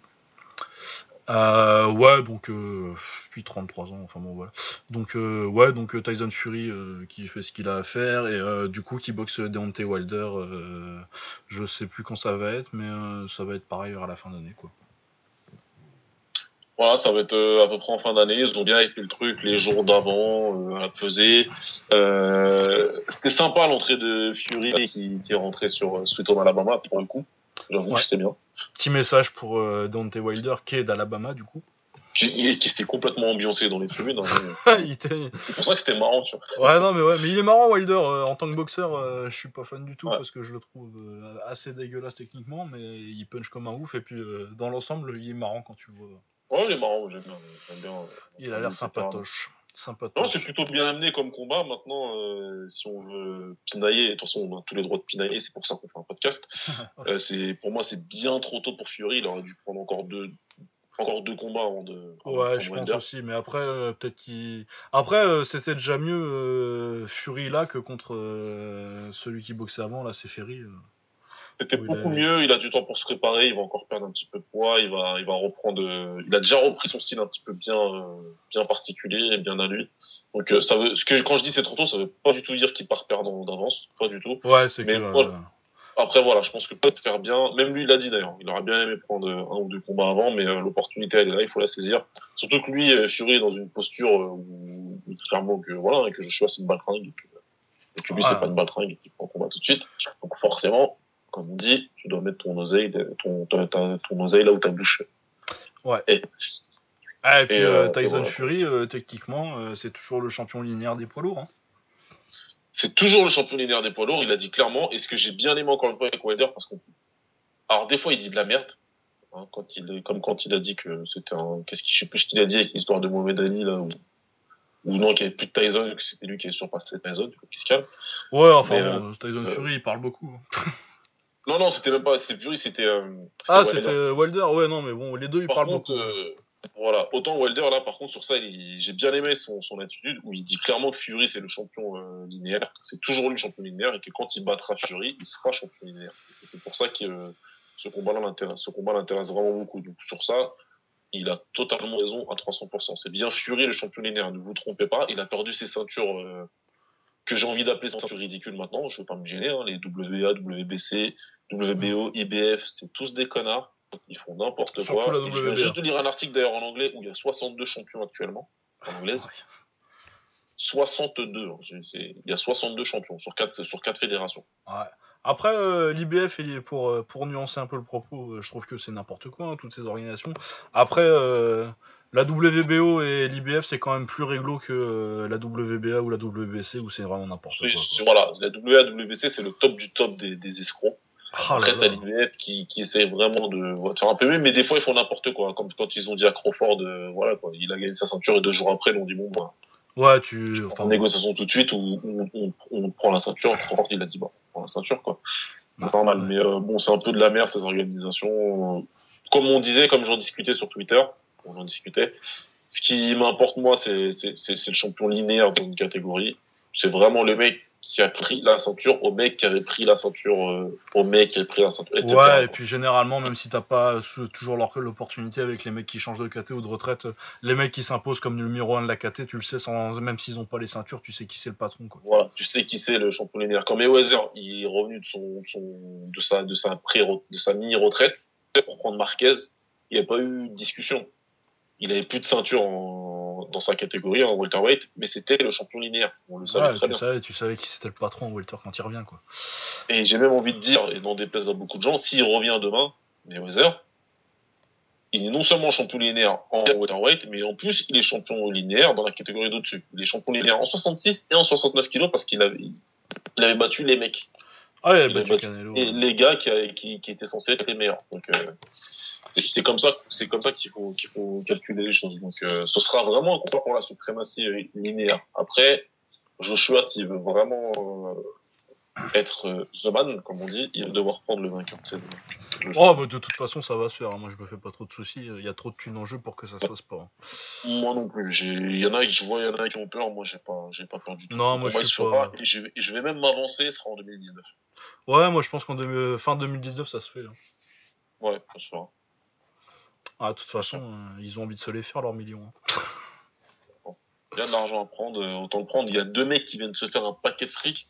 Donc puis 33 ans, enfin bon voilà. Donc Tyson Fury qui fait ce qu'il a à faire et du coup qui boxe Deontay Wilder. Je sais plus quand ça va être, mais ça va être pareil à la fin d'année quoi. Voilà, ça va être à peu près en fin d'année. Ils ont bien écrit le truc les jours d'avant, à la pesée. C'était sympa l'entrée de Fury qui est rentré sur Sweet Home Alabama pour le coup. J'avoue que c'était bien. Petit message pour Deontay Wilder qui est d'Alabama du coup. Qui s'est complètement ambiancé dans les tribunes. Hein, c'est pour ça que c'était marrant, tu vois. Ouais, mais il est marrant Wilder. En tant que boxeur, je suis pas fan du tout parce que je le trouve assez dégueulasse techniquement, mais il punch comme un ouf et puis dans l'ensemble, il est marrant quand tu le vois. Ouais, il est marrant, j'aime bien. Il a l'air sympatoche. Non, c'est plutôt bien amené comme combat. Maintenant, si on veut pinailler, de toute façon, on a tous les droits de pinailler, c'est pour ça qu'on fait un podcast. Pour moi, c'est bien trop tôt pour Fury. Il aurait dû prendre encore deux combats avant de Ouais, je pense aussi, mais après, peut-être qu'il. Après, c'était déjà mieux Fury là que contre celui qui boxait avant, là, c'est Ferry. C'était beaucoup mieux, il a du temps pour se préparer, il va encore perdre un petit peu de poids, il va reprendre, il a déjà repris son style un petit peu bien particulier et bien à lui. Donc quand je dis c'est trop tôt, ça veut pas du tout dire qu'il part perdant d'avance, pas du tout. Ouais, c'est mais que. Après voilà, je pense que peut-être faire bien, même lui il l'a dit d'ailleurs, il aurait bien aimé prendre un ou deux combats avant, mais l'opportunité elle est là, il faut la saisir. Surtout que lui, Fury est dans une posture où clairement que voilà, et que Joshua c'est une baltringue, et que lui c'est pas une baltringue et qu'il prend combat tout de suite. Donc forcément, comme on dit, tu dois mettre ton oseille là où ta bouche. Ouais. Et puis Tyson Fury, techniquement, c'est toujours le champion linéaire des poids lourds. Hein. C'est toujours le champion linéaire des poids lourds, il a dit clairement. Et ce que j'ai bien aimé encore une fois avec Wilder, parce qu'on. Alors des fois il dit de la merde, hein, comme quand il a dit que c'était un. Je sais plus ce qu'il a dit avec l'histoire de Mohamed Ali là, ou non, qu'il n'y avait plus de Tyson, que c'était lui qui avait surpassé Tyson, il faut qu'il se calme. Ouais, enfin Tyson Fury il parle beaucoup. Non, c'était même pas Fury, c'était c'était Wilder, ouais, non, mais bon, les deux ils parlent beaucoup. Voilà, autant Wilder là, par contre, sur ça, j'ai bien aimé son attitude où il dit clairement que Fury c'est le champion linéaire, c'est toujours lui le champion linéaire et que quand il battra Fury, il sera champion linéaire. Et c'est pour ça que ce combat l'intéresse vraiment beaucoup. Donc sur ça, il a totalement raison à 300%. C'est bien Fury le champion linéaire, ne vous trompez pas. Il a perdu ses ceintures que j'ai envie d'appeler ceintures ridicules maintenant. Je veux pas me gêner, hein, les WA, WBC, WBO, IBF, c'est tous des connards. Ils font n'importe quoi. Surtout la WBA. Je viens juste de lire un article d'ailleurs en anglais où il y a 62 champions actuellement, en anglaise. 62. Il y a 62 champions sur 4 fédérations. Ouais. Après, l'IBF, pour nuancer un peu le propos, je trouve que c'est n'importe quoi, hein, toutes ces organisations. Après, la WBO et l'IBF, c'est quand même plus réglo que la WBA ou la WBC, où c'est vraiment n'importe quoi. Voilà, la WBA, WBC, c'est le top du top des escrocs. Après, t'as l'IBF qui essaie vraiment de faire un peu mieux, mais des fois, ils font n'importe quoi. Comme quand ils ont dit à Crawford, voilà, quoi, il a gagné sa ceinture et 2 jours après, ils ont dit, bon, bah. Ouais, en négociation tout de suite, ou on prend la ceinture. Crawford, il a dit, bon, on prend la ceinture, quoi. C'est normal. Ouais. Mais bon, c'est un peu de la merde, ces organisations. Comme j'en discutais sur Twitter, ce qui m'importe, moi, c'est le champion linéaire dans une catégorie. C'est vraiment le mec qui a pris la ceinture au mec qui avait pris la ceinture au mec qui avait pris la ceinture, etc. Ouais, et puis généralement, même si t'as pas toujours l'opportunité avec les mecs qui changent de KT ou de retraite, les mecs qui s'imposent comme numéro 1 de la KT, tu le sais, même s'ils ont pas les ceintures, tu sais qui c'est le patron, quoi. Voilà, tu sais qui c'est le champion linéaire. Quand Mayweather, il est revenu de sa mini-retraite pour prendre Marquez, il n'y a pas eu de discussion. Il avait plus de ceinture dans sa catégorie en welterweight, mais c'était le champion linéaire. On le savait très bien. Tu savais qui c'était le patron en welter quand il revient, quoi. Et j'ai même envie de dire, et n'en déplaise à beaucoup de gens, s'il revient demain, Mayweather, il est non seulement champion linéaire en welterweight, mais en plus, il est champion linéaire dans la catégorie d'au-dessus. Il est champion linéaire en 66 et en 69 kilos parce qu'il avait battu les mecs. Ah, il avait battu Canelo. Et les gars qui étaient censés être les meilleurs. Donc, c'est comme ça qu'il faut calculer les choses. Donc ce sera vraiment un combat pour la suprématie linéaire. Après, Joshua, s'il veut vraiment être the man, comme on dit, il va devoir prendre le vainqueur. Bah, de toute façon, ça va se faire. Moi, je me fais pas trop de soucis. Il y a trop de thunes en jeu pour que ça se fasse pas. Moi non plus. Il y en a qui ont peur. Moi, j'ai pas peur du tout. Non, moi, je suis pas. Je vais même m'avancer. Ce sera en 2019. Ouais, moi, je pense qu'en fin 2019, ça se fait. Hein. Ouais, ça se fera. Ah, de toute façon, ils ont envie de se les faire, leurs millions. Bon. Il y a de l'argent à prendre, autant le prendre. Il y a 2 mecs qui viennent de se faire un paquet de fric.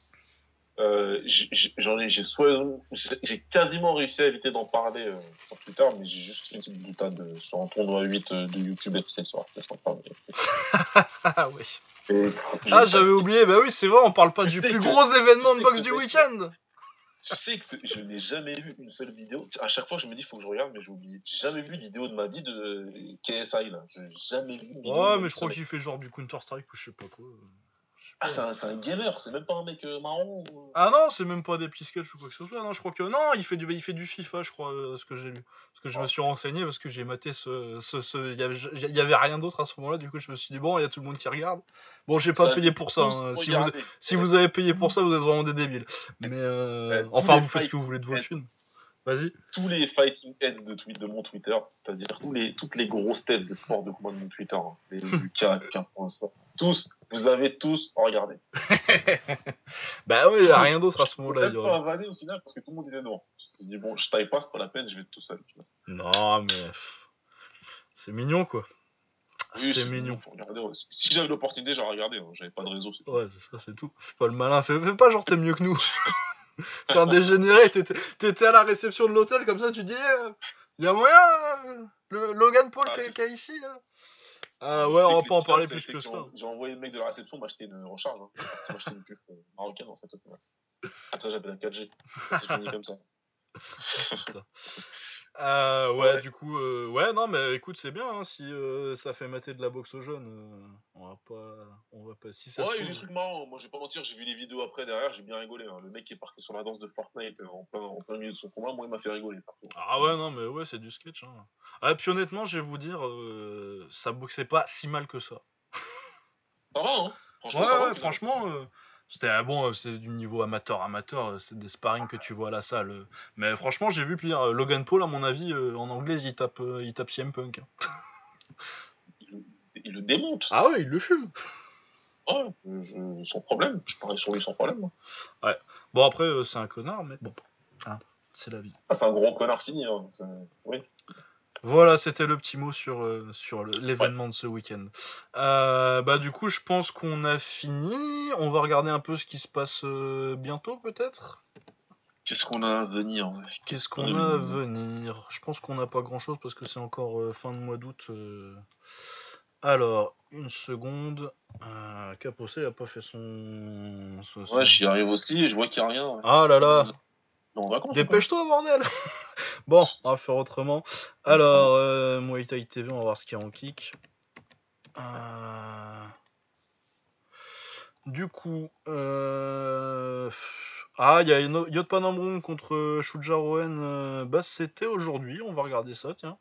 J'ai quasiment réussi à éviter d'en parler sur Twitter, mais j'ai juste fait une petite boutade sur un tournoi 8 de YouTube FC sur Arte sympa. Ah oui. J'avais oublié, bah oui, c'est vrai, on parle pas du plus gros événement de boxe du week-end. Tu sais que je n'ai jamais vu une seule vidéo. À chaque fois, je me dis, faut que je regarde, mais j'oublie. J'ai jamais vu de vidéo de ma vie de KSI, là. J'ai jamais vu une vidéo. Ouais, mais je crois qu'il fait genre du Counter-Strike ou je sais pas quoi. Ah, c'est un gamer, c'est même pas un mec marrant. Ah non, c'est même pas des petits sketchs ou quoi que ce soit. Non, je crois que non, il fait du FIFA, je crois, ce que j'ai lu. Parce que je me suis renseigné parce que j'ai maté il y avait rien d'autre à ce moment-là. Du coup, je me suis dit bon, il y a tout le monde qui regarde. Bon, j'ai pas payé pour ça. Hein. Si vous avez payé pour ça, vous êtes vraiment des débiles. Mais enfin, vous faites ce que vous voulez de vos thunes. Vas-y. Tous les fighting heads de mon Twitter, c'est-à-dire toutes les grosses têtes des sports de combat de mon Twitter, hein, les Lucas, ça, tous, vous avez tous regardé. Bah oui, il n'y a rien d'autre à ce moment-là. Je pas avaler au final parce que tout le monde était devant. Je me suis dit, bon, je taille pas, c'est pas la peine, je vais être tout seul. Non, mais c'est mignon, quoi. Oui, c'est mignon. Faut regarder. Si j'avais l'opportunité, j'aurais regardé. Hein. J'avais pas de réseau. Ouais, ça, c'est tout. Fais pas le malin. Fais pas genre t'es mieux que nous. T'es un dégénéré. T'étais à la réception de l'hôtel, comme ça, tu dis y a moyen, le Logan Paul qui est ici, là. Ouais, on va pas en parler plus que ça. J'ai envoyé le mec de la réception m'acheter une recharge. Hein. Il m'acheter une puce marocaine en fait. Comme ça, j'appelle la 4G. Ça s'est fini comme ça. Ouais, du coup, ouais, non, mais écoute, c'est bien, hein, si ça fait mater de la boxe aux jeunes, on va pas, si ça ouais, il y a des trucs marrants, moi je vais pas mentir, j'ai vu les vidéos après derrière, j'ai bien rigolé, hein. Le mec qui est parti sur la danse de Fortnite en plein milieu de son combat, moi il m'a fait rigoler. Ah ouais, non, mais ouais, c'est du sketch, hein. Ah, puis honnêtement, je vais vous dire, ça boxait pas si mal que ça. Ça va, hein. Franchement, ouais, ça va, franchement, c'était bon, c'est du niveau amateur, c'est des sparring que tu vois à la salle. Mais franchement, j'ai vu pire. Logan Paul, à mon avis, en anglais, il tape CM Punk. Hein. Il le démonte. Ah ouais, il le fume. Ouais, sans problème. Je parie sur lui sans problème. Ouais. Bon, après, c'est un connard, mais bon. Ah, c'est la vie. Ah, c'est un gros connard fini. Hein. Oui. Voilà, c'était le petit mot sur l'événement de ce week-end. Bah du coup, je pense qu'on a fini. On va regarder un peu ce qui se passe bientôt, peut-être. Qu'est-ce qu'on a à venir? Qu'est-ce qu'on a à venir? Je pense qu'on n'a pas grand-chose parce que c'est encore fin de mois d'août. Alors, une seconde. Capossé a pas fait son... Ouais, j'y arrive aussi et je vois qu'il n'y a rien. Ouais. Ah là là. Non, vacances, dépêche-toi, bordel. Bon, on va faire autrement. Alors, Muay Thai TV, on va voir ce qu'il y a en kick. Du coup, il y a Yotpan contre Shuja Roen. Bah, c'était aujourd'hui. On va regarder ça, tiens.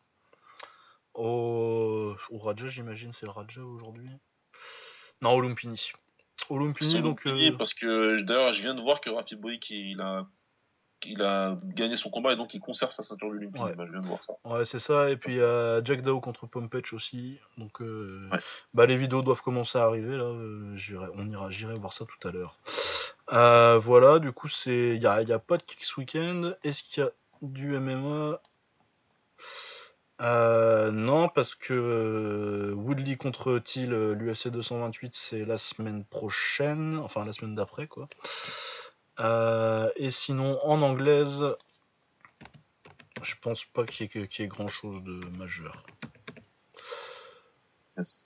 Au Raja, j'imagine, c'est le Raja aujourd'hui. Non, au Lumpini. Au Lumpini, donc. Parce que d'ailleurs, je viens de voir que Rafi Boik, il a gagné son combat et donc il conserve sa ceinture du Lumpini. Ouais. Bah, je viens de voir ça. Ouais, c'est ça. Et puis il y a Jack Dao contre Pompech aussi. Donc, bah, les vidéos doivent commencer à arriver là. J'irai voir ça tout à l'heure. Voilà, du coup, il y a pas de kick ce week-end. Est-ce qu'il y a du MMA? Non, parce que Woodley contre Thiel, l'UFC 228, c'est la semaine prochaine, enfin la semaine d'après, quoi. Et sinon, en anglaise, je pense pas qu'il y ait grand chose de majeur. Yes.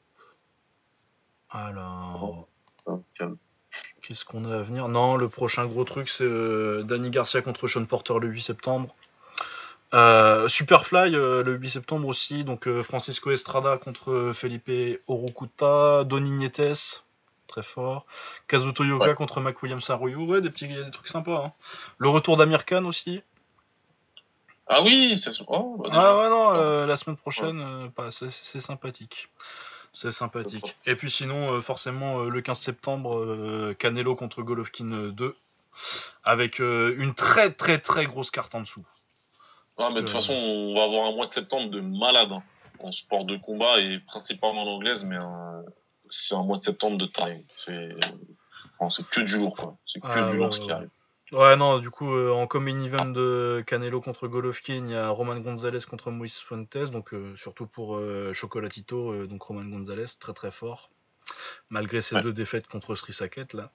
Alors, qu'est-ce qu'on a à venir? Non, le prochain gros truc, c'est Danny Garcia contre Sean Porter le 8 septembre. Superfly le 8 septembre aussi, donc Francisco Estrada contre Felipe Orukuta, Donny Nietes, très fort, Kazuto Yoka contre Mac Williams Arroyo, ouais, des trucs sympas. Hein. Le retour d'Amir Khan aussi. Ah oui, c'est la semaine prochaine, c'est sympathique. C'est sympathique. Et puis sinon, forcément, le 15 septembre, Canelo contre Golovkin 2, avec une très très très grosse carte en dessous. Ah, mais de toute façon, on va avoir un mois de septembre de malade hein, en sport de combat et principalement en anglaise, mais c'est un mois de septembre de taille. C'est que du lourd, quoi. C'est que du lourd ce qui arrive. Ouais, non, du coup, en common event de Canelo contre Golovkin, il y a Roman Gonzalez contre Moïse Fuentes, donc surtout pour Chocolatito, donc Roman Gonzalez, très très fort, malgré ses 2 défaites contre Sri Saket, là.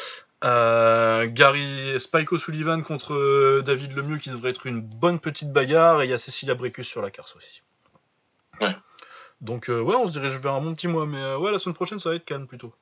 Spike O'Sullivan contre David Lemieux qui devrait être une bonne petite bagarre, et il y a Cecilia Brecus sur la carte aussi. Ouais. Donc on se dirige vers un bon petit mois, mais la semaine prochaine ça va être calme plutôt.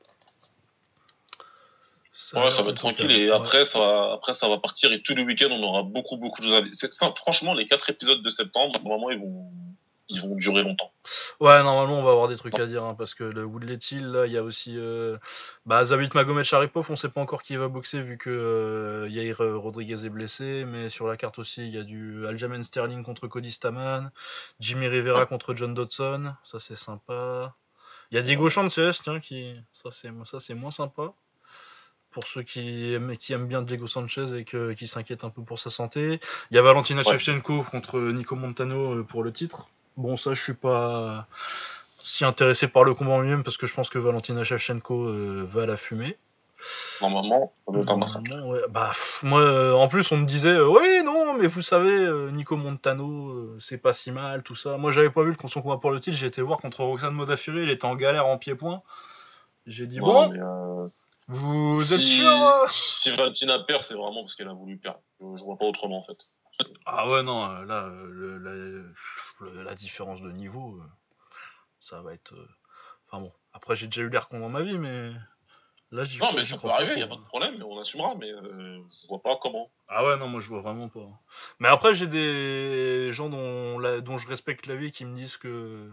Ça va être tranquille et après ça va partir et tout le week-end on aura beaucoup de choses à dire. Franchement les 4 épisodes de septembre normalement ils vont durer longtemps. Ouais, normalement, on va avoir des trucs à dire, hein, parce que le Woodley Hill, là, il y a aussi Zabit Magomed Sharipov, on sait pas encore qui va boxer vu que Yair Rodriguez est blessé, mais sur la carte aussi, il y a du Aljamain Sterling contre Cody Stamann, Jimmy Rivera Ouais. contre John Dodson, ça c'est sympa. Il y a Diego Sanchez, tiens, ça c'est moins sympa. Pour ceux qui aiment bien Diego Sanchez et qui s'inquiètent un peu pour sa santé. Il y a Valentina Shevchenko contre Nico Montano pour le titre. Bon, ça, je suis pas si intéressé par le combat en lui-même parce que je pense que Valentina Shevchenko va la fumer. Normalement, ça doit être un massacre. Ouais. Moi, en plus, on me disait oui, non, mais vous savez, Nico Montano, c'est pas si mal, tout ça. Moi, j'avais pas vu son combat pour le titre. J'ai été voir contre Roxane Modafferi. Il était en galère en pied-point. J'ai dit Non, bon. mais, vous êtes sûr si Valentina perd, c'est vraiment parce qu'elle a voulu perdre. Je vois pas autrement en fait. Ah ouais, non, là, la différence de niveau, ça va être. Enfin bon, après j'ai déjà eu l'air con dans ma vie, mais là j'y Non, crois, mais j'y ça peut crois pas arriver, trop. y a pas de problème, mais on assumera, mais je vois pas comment. Ah ouais, non, moi je vois vraiment pas. Mais après j'ai des gens dont je respecte la vie qui me disent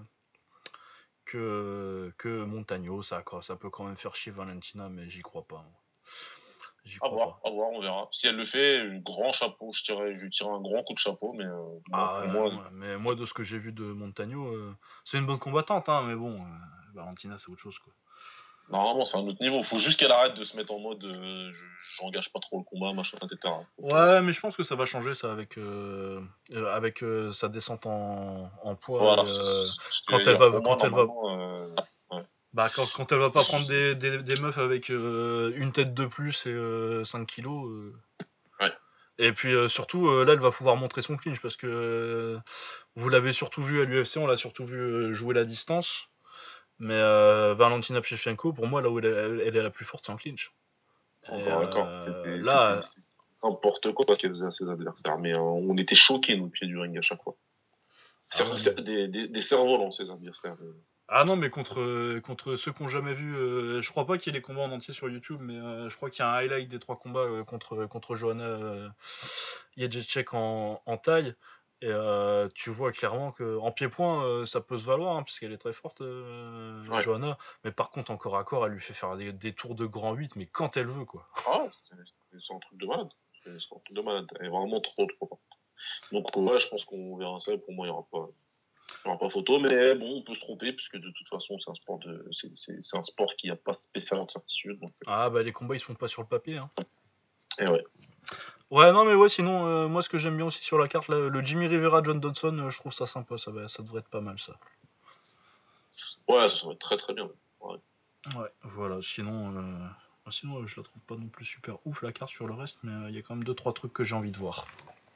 que Montagno, ça peut quand même faire chier Valentina, mais j'y crois pas. J'y crois pas. À voir, on verra. Si elle le fait, un grand chapeau, je lui tirerai un grand coup de chapeau, mais Ah pour moi, ouais, mais moi de ce que j'ai vu de Montagno, c'est une bonne combattante, hein, mais bon, Valentina c'est autre chose quoi. normalement c'est un autre niveau. Faut juste qu'elle arrête de se mettre en mode j'engage pas trop le combat, machin, etc. Ouais, mais je pense que ça va changer ça avec sa descente en poids. Voilà, Quand elle va, pour moi, normalement, ouais. quand elle va pas prendre des meufs avec une tête de plus et 5 kilos. Ouais. Et puis surtout, là, elle va pouvoir montrer son clinch parce que vous l'avez surtout vu à l'UFC, on l'a surtout vu jouer la distance. Mais Valentina Shevchenko, pour moi, là où elle est la plus forte, c'est en clinch. C'est encore d'accord. Là, C'était n'importe quoi ce qu'elle faisait à ses adversaires. Mais on était choqués, nous, au pied du ring à chaque fois. Des cerfs-volants, ses adversaires. Ah non, mais contre ceux qui n'ont jamais vu, je crois pas qu'il y ait les combats en entier sur YouTube, mais je crois qu'il y a un highlight des 3 combats contre Johanna Jędrzejczyk en taille. Et tu vois clairement qu'en pied-point, ça peut se valoir, hein, parce qu'elle est très forte, Ouais. Johanna. Mais par contre, en corps à corps, elle lui fait faire des tours de grand 8, mais quand elle veut, quoi. Ah ouais, c'est un truc de malade. C'est un truc de malade. Elle est vraiment trop forte. Donc, ouais, je pense qu'on verra ça. Et pour moi, il n'y aura pas photo. Mais bon, on peut se tromper, puisque de toute façon, c'est un sport qui n'a pas spécialement de certitude. Donc, Ah bah les combats, ils se font pas sur le papier, hein. et ouais. Ouais, non, mais ouais, sinon, moi, ce que j'aime bien aussi sur la carte, là, le Jimmy Rivera, John Dodson, je trouve ça sympa, ça devrait être pas mal, ça. Ouais, ça va être très très bien. Ouais. Ouais, voilà, sinon, je la trouve pas non plus super ouf, la carte sur le reste, mais il y a quand même 2-3 trucs que j'ai envie de voir.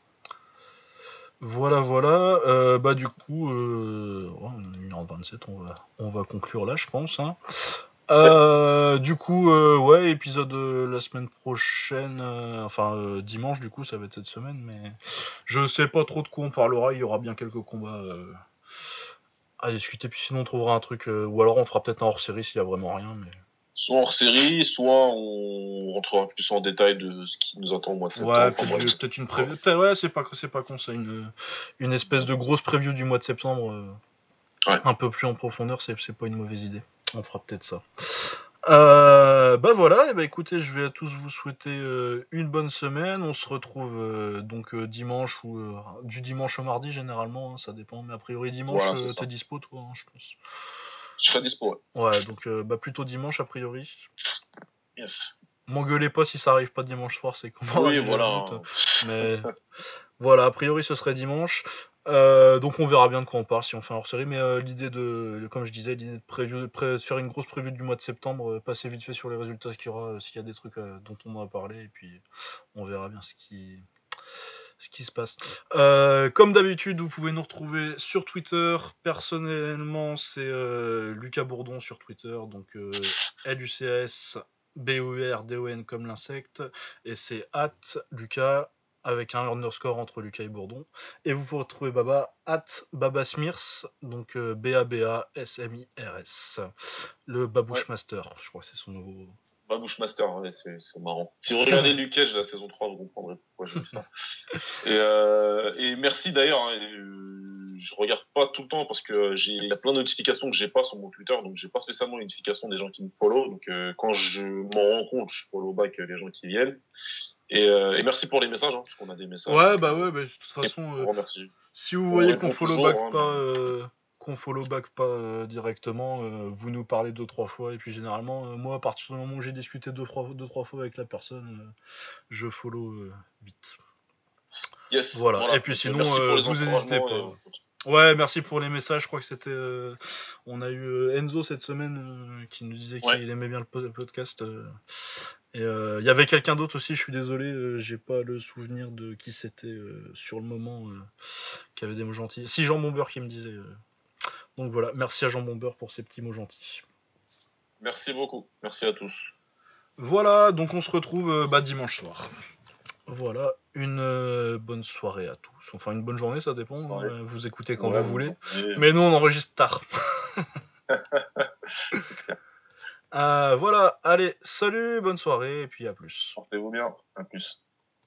Voilà, bah du coup, 1h27, on va conclure là, je pense, hein. Du coup, ouais, épisode la semaine prochaine, dimanche, du coup, ça va être cette semaine, mais je sais pas trop de quoi on parlera, il y aura bien quelques combats à discuter, puis sinon on trouvera un truc, ou alors on fera peut-être un hors-série s'il y a vraiment rien, mais... Soit hors série, soit on rentrera plus en détail de ce qui nous attend au mois de septembre. Ouais, peut-être une preview. Ouais, c'est pas con ça, une espèce de grosse preview du mois de septembre, un peu plus en profondeur, c'est pas une mauvaise idée. On fera peut-être ça. Bah voilà, et bah écoutez, je vais à tous vous souhaiter une bonne semaine. On se retrouve donc dimanche ou du dimanche au mardi généralement, hein, ça dépend. Mais a priori dimanche, voilà, t'es dispo toi, hein, je pense. Je serai dispo, ouais. Ouais, donc plutôt dimanche a priori. Yes. M'engueulez pas si ça arrive pas dimanche soir, c'est comment. Oui, voilà. Mais voilà, a priori ce serait dimanche. Donc on verra bien de quoi on parle si on fait un hors-série. Mais comme je disais, l'idée de faire une grosse preview du mois de septembre, passer vite fait sur les résultats qu'il y aura, s'il y a des trucs dont on va parler, et puis on verra bien ce qui se passe. Comme d'habitude, vous pouvez nous retrouver sur Twitter. Personnellement, c'est Lucas Bourdon sur Twitter, donc LUCAS BOURDON comme l'insecte, et c'est @Lucas avec un underscore entre Lucas et Bourdon. Et vous pouvez retrouver Baba @Babasmirs, donc BABASMIRS, le Babouche Master, je crois que c'est son nouveau. Babouche Master, ouais, c'est marrant. Si vous regardez Luke Cage, la saison 3, vous comprendrez pourquoi j'ai mis ça. Et merci d'ailleurs, hein, je regarde pas tout le temps parce que il y a plein de notifications que j'ai pas sur mon Twitter, donc j'ai pas spécialement une notification des gens qui me follow. Donc quand je m'en rends compte, je follow back les gens qui viennent. Et merci pour les messages, parce qu'on a des messages. Ouais, donc, bah ouais, bah, de toute façon, si vous voyez qu'on follow back pas directement, vous nous parlez 2-3 fois, et puis généralement, moi, à partir du moment où j'ai discuté 2-3 fois avec la personne, je follow vite. Yes, Voilà. Et puis sinon, merci pour les vous n'hésitez encouragements. pas. Ouais, merci pour les messages. Je crois que c'était. On a eu Enzo cette semaine qui nous disait qu'il aimait bien le podcast. Et il y avait quelqu'un d'autre aussi, je suis désolé, j'ai pas le souvenir de qui c'était sur le moment qui avait des mots gentils. Si, Jean Bomber qui me disait. Donc voilà, merci à Jean Bomber pour ces petits mots gentils. Merci beaucoup, merci à tous. Voilà, donc on se retrouve dimanche soir. Voilà, une bonne soirée à tous. Enfin, une bonne journée, ça dépend. Vous écoutez quand vous voulez. Mais nous, on enregistre tard. Voilà, allez, salut, bonne soirée, et puis à plus. Portez-vous bien, à plus.